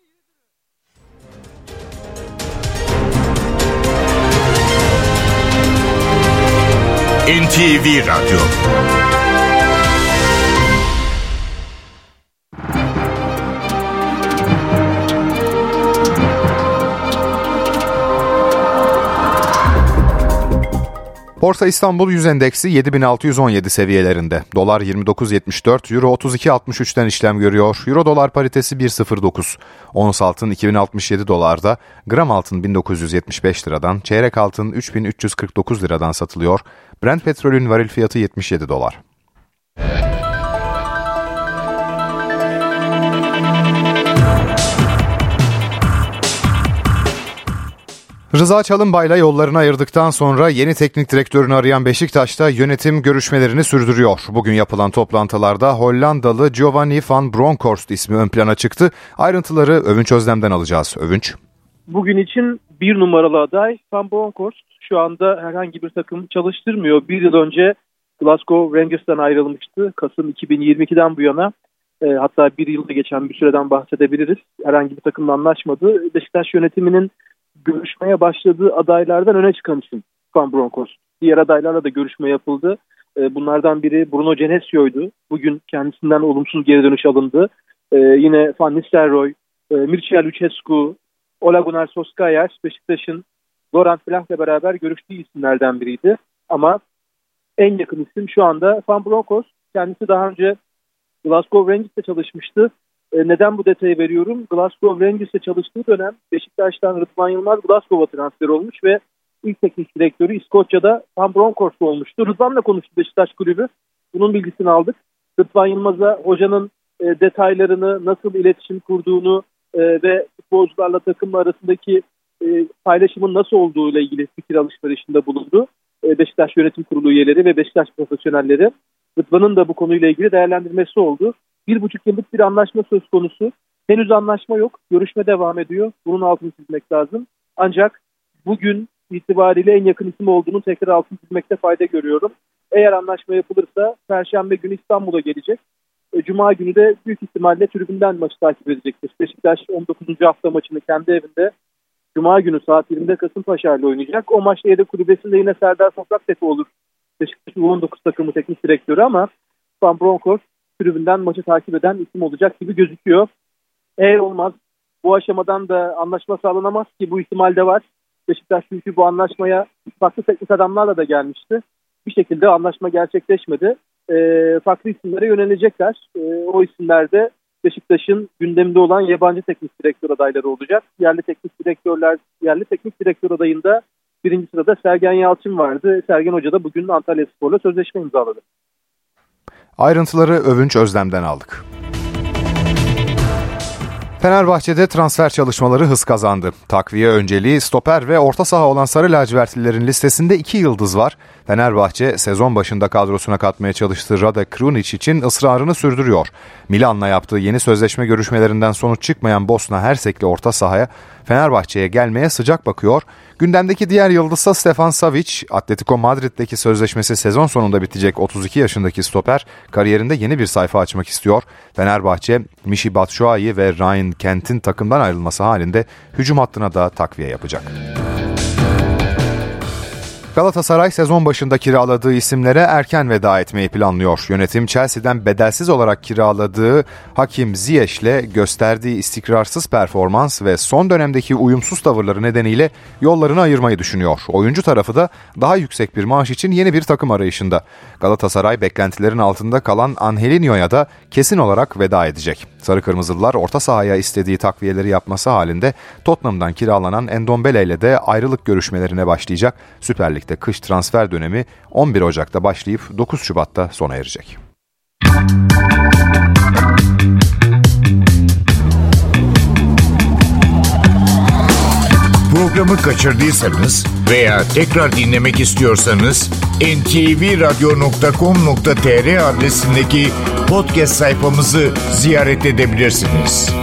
NTV Radyo.
Borsa İstanbul Yüz Endeksi 7617 seviyelerinde. Dolar 29.74, Euro 32.63'ten işlem görüyor. Euro dolar paritesi 1.09. Ons altın 2067 dolarda, gram altın 1975 liradan, çeyrek altın 3349 liradan satılıyor. Brent petrolün varil fiyatı 77 dolar. Rıza Çalınbay'la yollarını ayırdıktan sonra yeni teknik direktörünü arayan Beşiktaş'ta yönetim görüşmelerini sürdürüyor. Bugün yapılan toplantılarda Hollandalı Giovanni van Bronckhorst ismi ön plana çıktı. Ayrıntıları Övünç Özlem'den alacağız. Övünç.
Bugün için bir numaralı aday Van Bronckhorst. Şu anda herhangi bir takım çalıştırmıyor. Bir yıl önce Glasgow Rangers'tan ayrılmıştı. Kasım 2022'den bu yana. Hatta bir yılda geçen bir süreden bahsedebiliriz. Herhangi bir takımla anlaşmadı. Beşiktaş yönetiminin görüşmeye başladığı adaylardan öne çıkan isim Van Bronckhorst. Diğer adaylarla da görüşme yapıldı. Bunlardan biri Bruno Genesio'ydu. Bugün kendisinden olumsuz geri dönüş alındı. Yine Van Nistelrooy, Mircea Lucescu, Ole Gunnar Solskjaer, Beşiktaş'ın Laurent Blanc'la beraber görüştüğü isimlerden biriydi. Ama en yakın isim şu anda Van Bronckhorst. Kendisi daha önce Glasgow Rangers'te çalışmıştı. Neden bu detayı veriyorum? Glasgow Rangers'te çalıştığı dönem Beşiktaş'tan Rıdvan Yılmaz Glasgow'a transfer olmuş ve ilk teknik direktörü İskoçya'da Van Bronckhorst olmuştu. Rıdvan'la konuştu Beşiktaş kulübü. Bunun bilgisini aldık. Rıdvan Yılmaz'a hocanın detaylarını, nasıl iletişim kurduğunu ve futbolcularla takım arasındaki paylaşımın nasıl olduğu ile ilgili fikir alışverişinde bulundu. Beşiktaş Yönetim Kurulu üyeleri ve Beşiktaş profesyonelleri. Rıdvan'ın da bu konuyla ilgili değerlendirmesi oldu. 1,5 yıllık bir anlaşma söz konusu. Henüz anlaşma yok. Görüşme devam ediyor. Bunun altını çizmek lazım. Ancak bugün itibariyle en yakın isim olduğunu tekrar altını çizmekte fayda görüyorum. Eğer anlaşma yapılırsa Perşembe günü İstanbul'a gelecek. Cuma günü de büyük ihtimalle tribünden maçı takip edecektir. Beşiktaş 19. hafta maçını kendi evinde Cuma günü saat 20'de Kasımpaşa ile oynayacak. O maçta yedek kulübesinde yine Serdar Topraktepe olur. Beşiktaş'ın 19 takımı teknik direktörü ama Van Bronckhorst tribünden maçı takip eden isim olacak gibi gözüküyor. Eğer olmaz, bu aşamadan da anlaşma sağlanamaz ki bu ihtimal de var. Beşiktaş çünkü bu anlaşmaya farklı teknik adamlarla da gelmişti. Bir şekilde anlaşma gerçekleşmedi. Farklı isimlere yönelecekler. O isimler de Beşiktaş'ın gündeminde olan yabancı teknik direktör adayları olacak. Yerli teknik direktör adayında birinci sırada Sergen Yalçın vardı. Sergen Hoca da bugün Antalyaspor'la sözleşme imzaladı.
Ayrıntıları Övünç Özlem'den aldık. Fenerbahçe'de transfer çalışmaları hız kazandı. Takviye önceliği stoper ve orta saha olan Sarı Lacivertlilerin listesinde 2 yıldız var. Fenerbahçe sezon başında kadrosuna katmaya çalıştığı Rade Krunic için ısrarını sürdürüyor. Milan'la yaptığı yeni sözleşme görüşmelerinden sonuç çıkmayan Bosna Hersekli orta sahaya Fenerbahçe'ye gelmeye sıcak bakıyor. Gündemdeki diğer yıldızsa Stefan Savic. Atletico Madrid'deki sözleşmesi sezon sonunda bitecek 32 yaşındaki stoper kariyerinde yeni bir sayfa açmak istiyor. Fenerbahçe, Michy Batshuayi ve Ryan Kent'in takımdan ayrılması halinde hücum hattına da takviye yapacak. Galatasaray sezon başında kiraladığı isimlere erken veda etmeyi planlıyor. Yönetim Chelsea'den bedelsiz olarak kiraladığı Hakim Ziyech'le gösterdiği istikrarsız performans ve son dönemdeki uyumsuz tavırları nedeniyle yollarını ayırmayı düşünüyor. Oyuncu tarafı da daha yüksek bir maaş için yeni bir takım arayışında. Galatasaray beklentilerin altında kalan Angelinho'ya da kesin olarak veda edecek. Sarı Kırmızılılar orta sahaya istediği takviyeleri yapması halinde Tottenham'dan kiralanan Ndombele ile de ayrılık görüşmelerine başlayacak. Süper Lig Lig'de kış transfer dönemi 11 Ocak'ta başlayıp 9 Şubat'ta sona erecek.
Programı kaçırdıysanız veya tekrar dinlemek istiyorsanız ntvradio.com.tr adresindeki podcast sayfamızı ziyaret edebilirsiniz.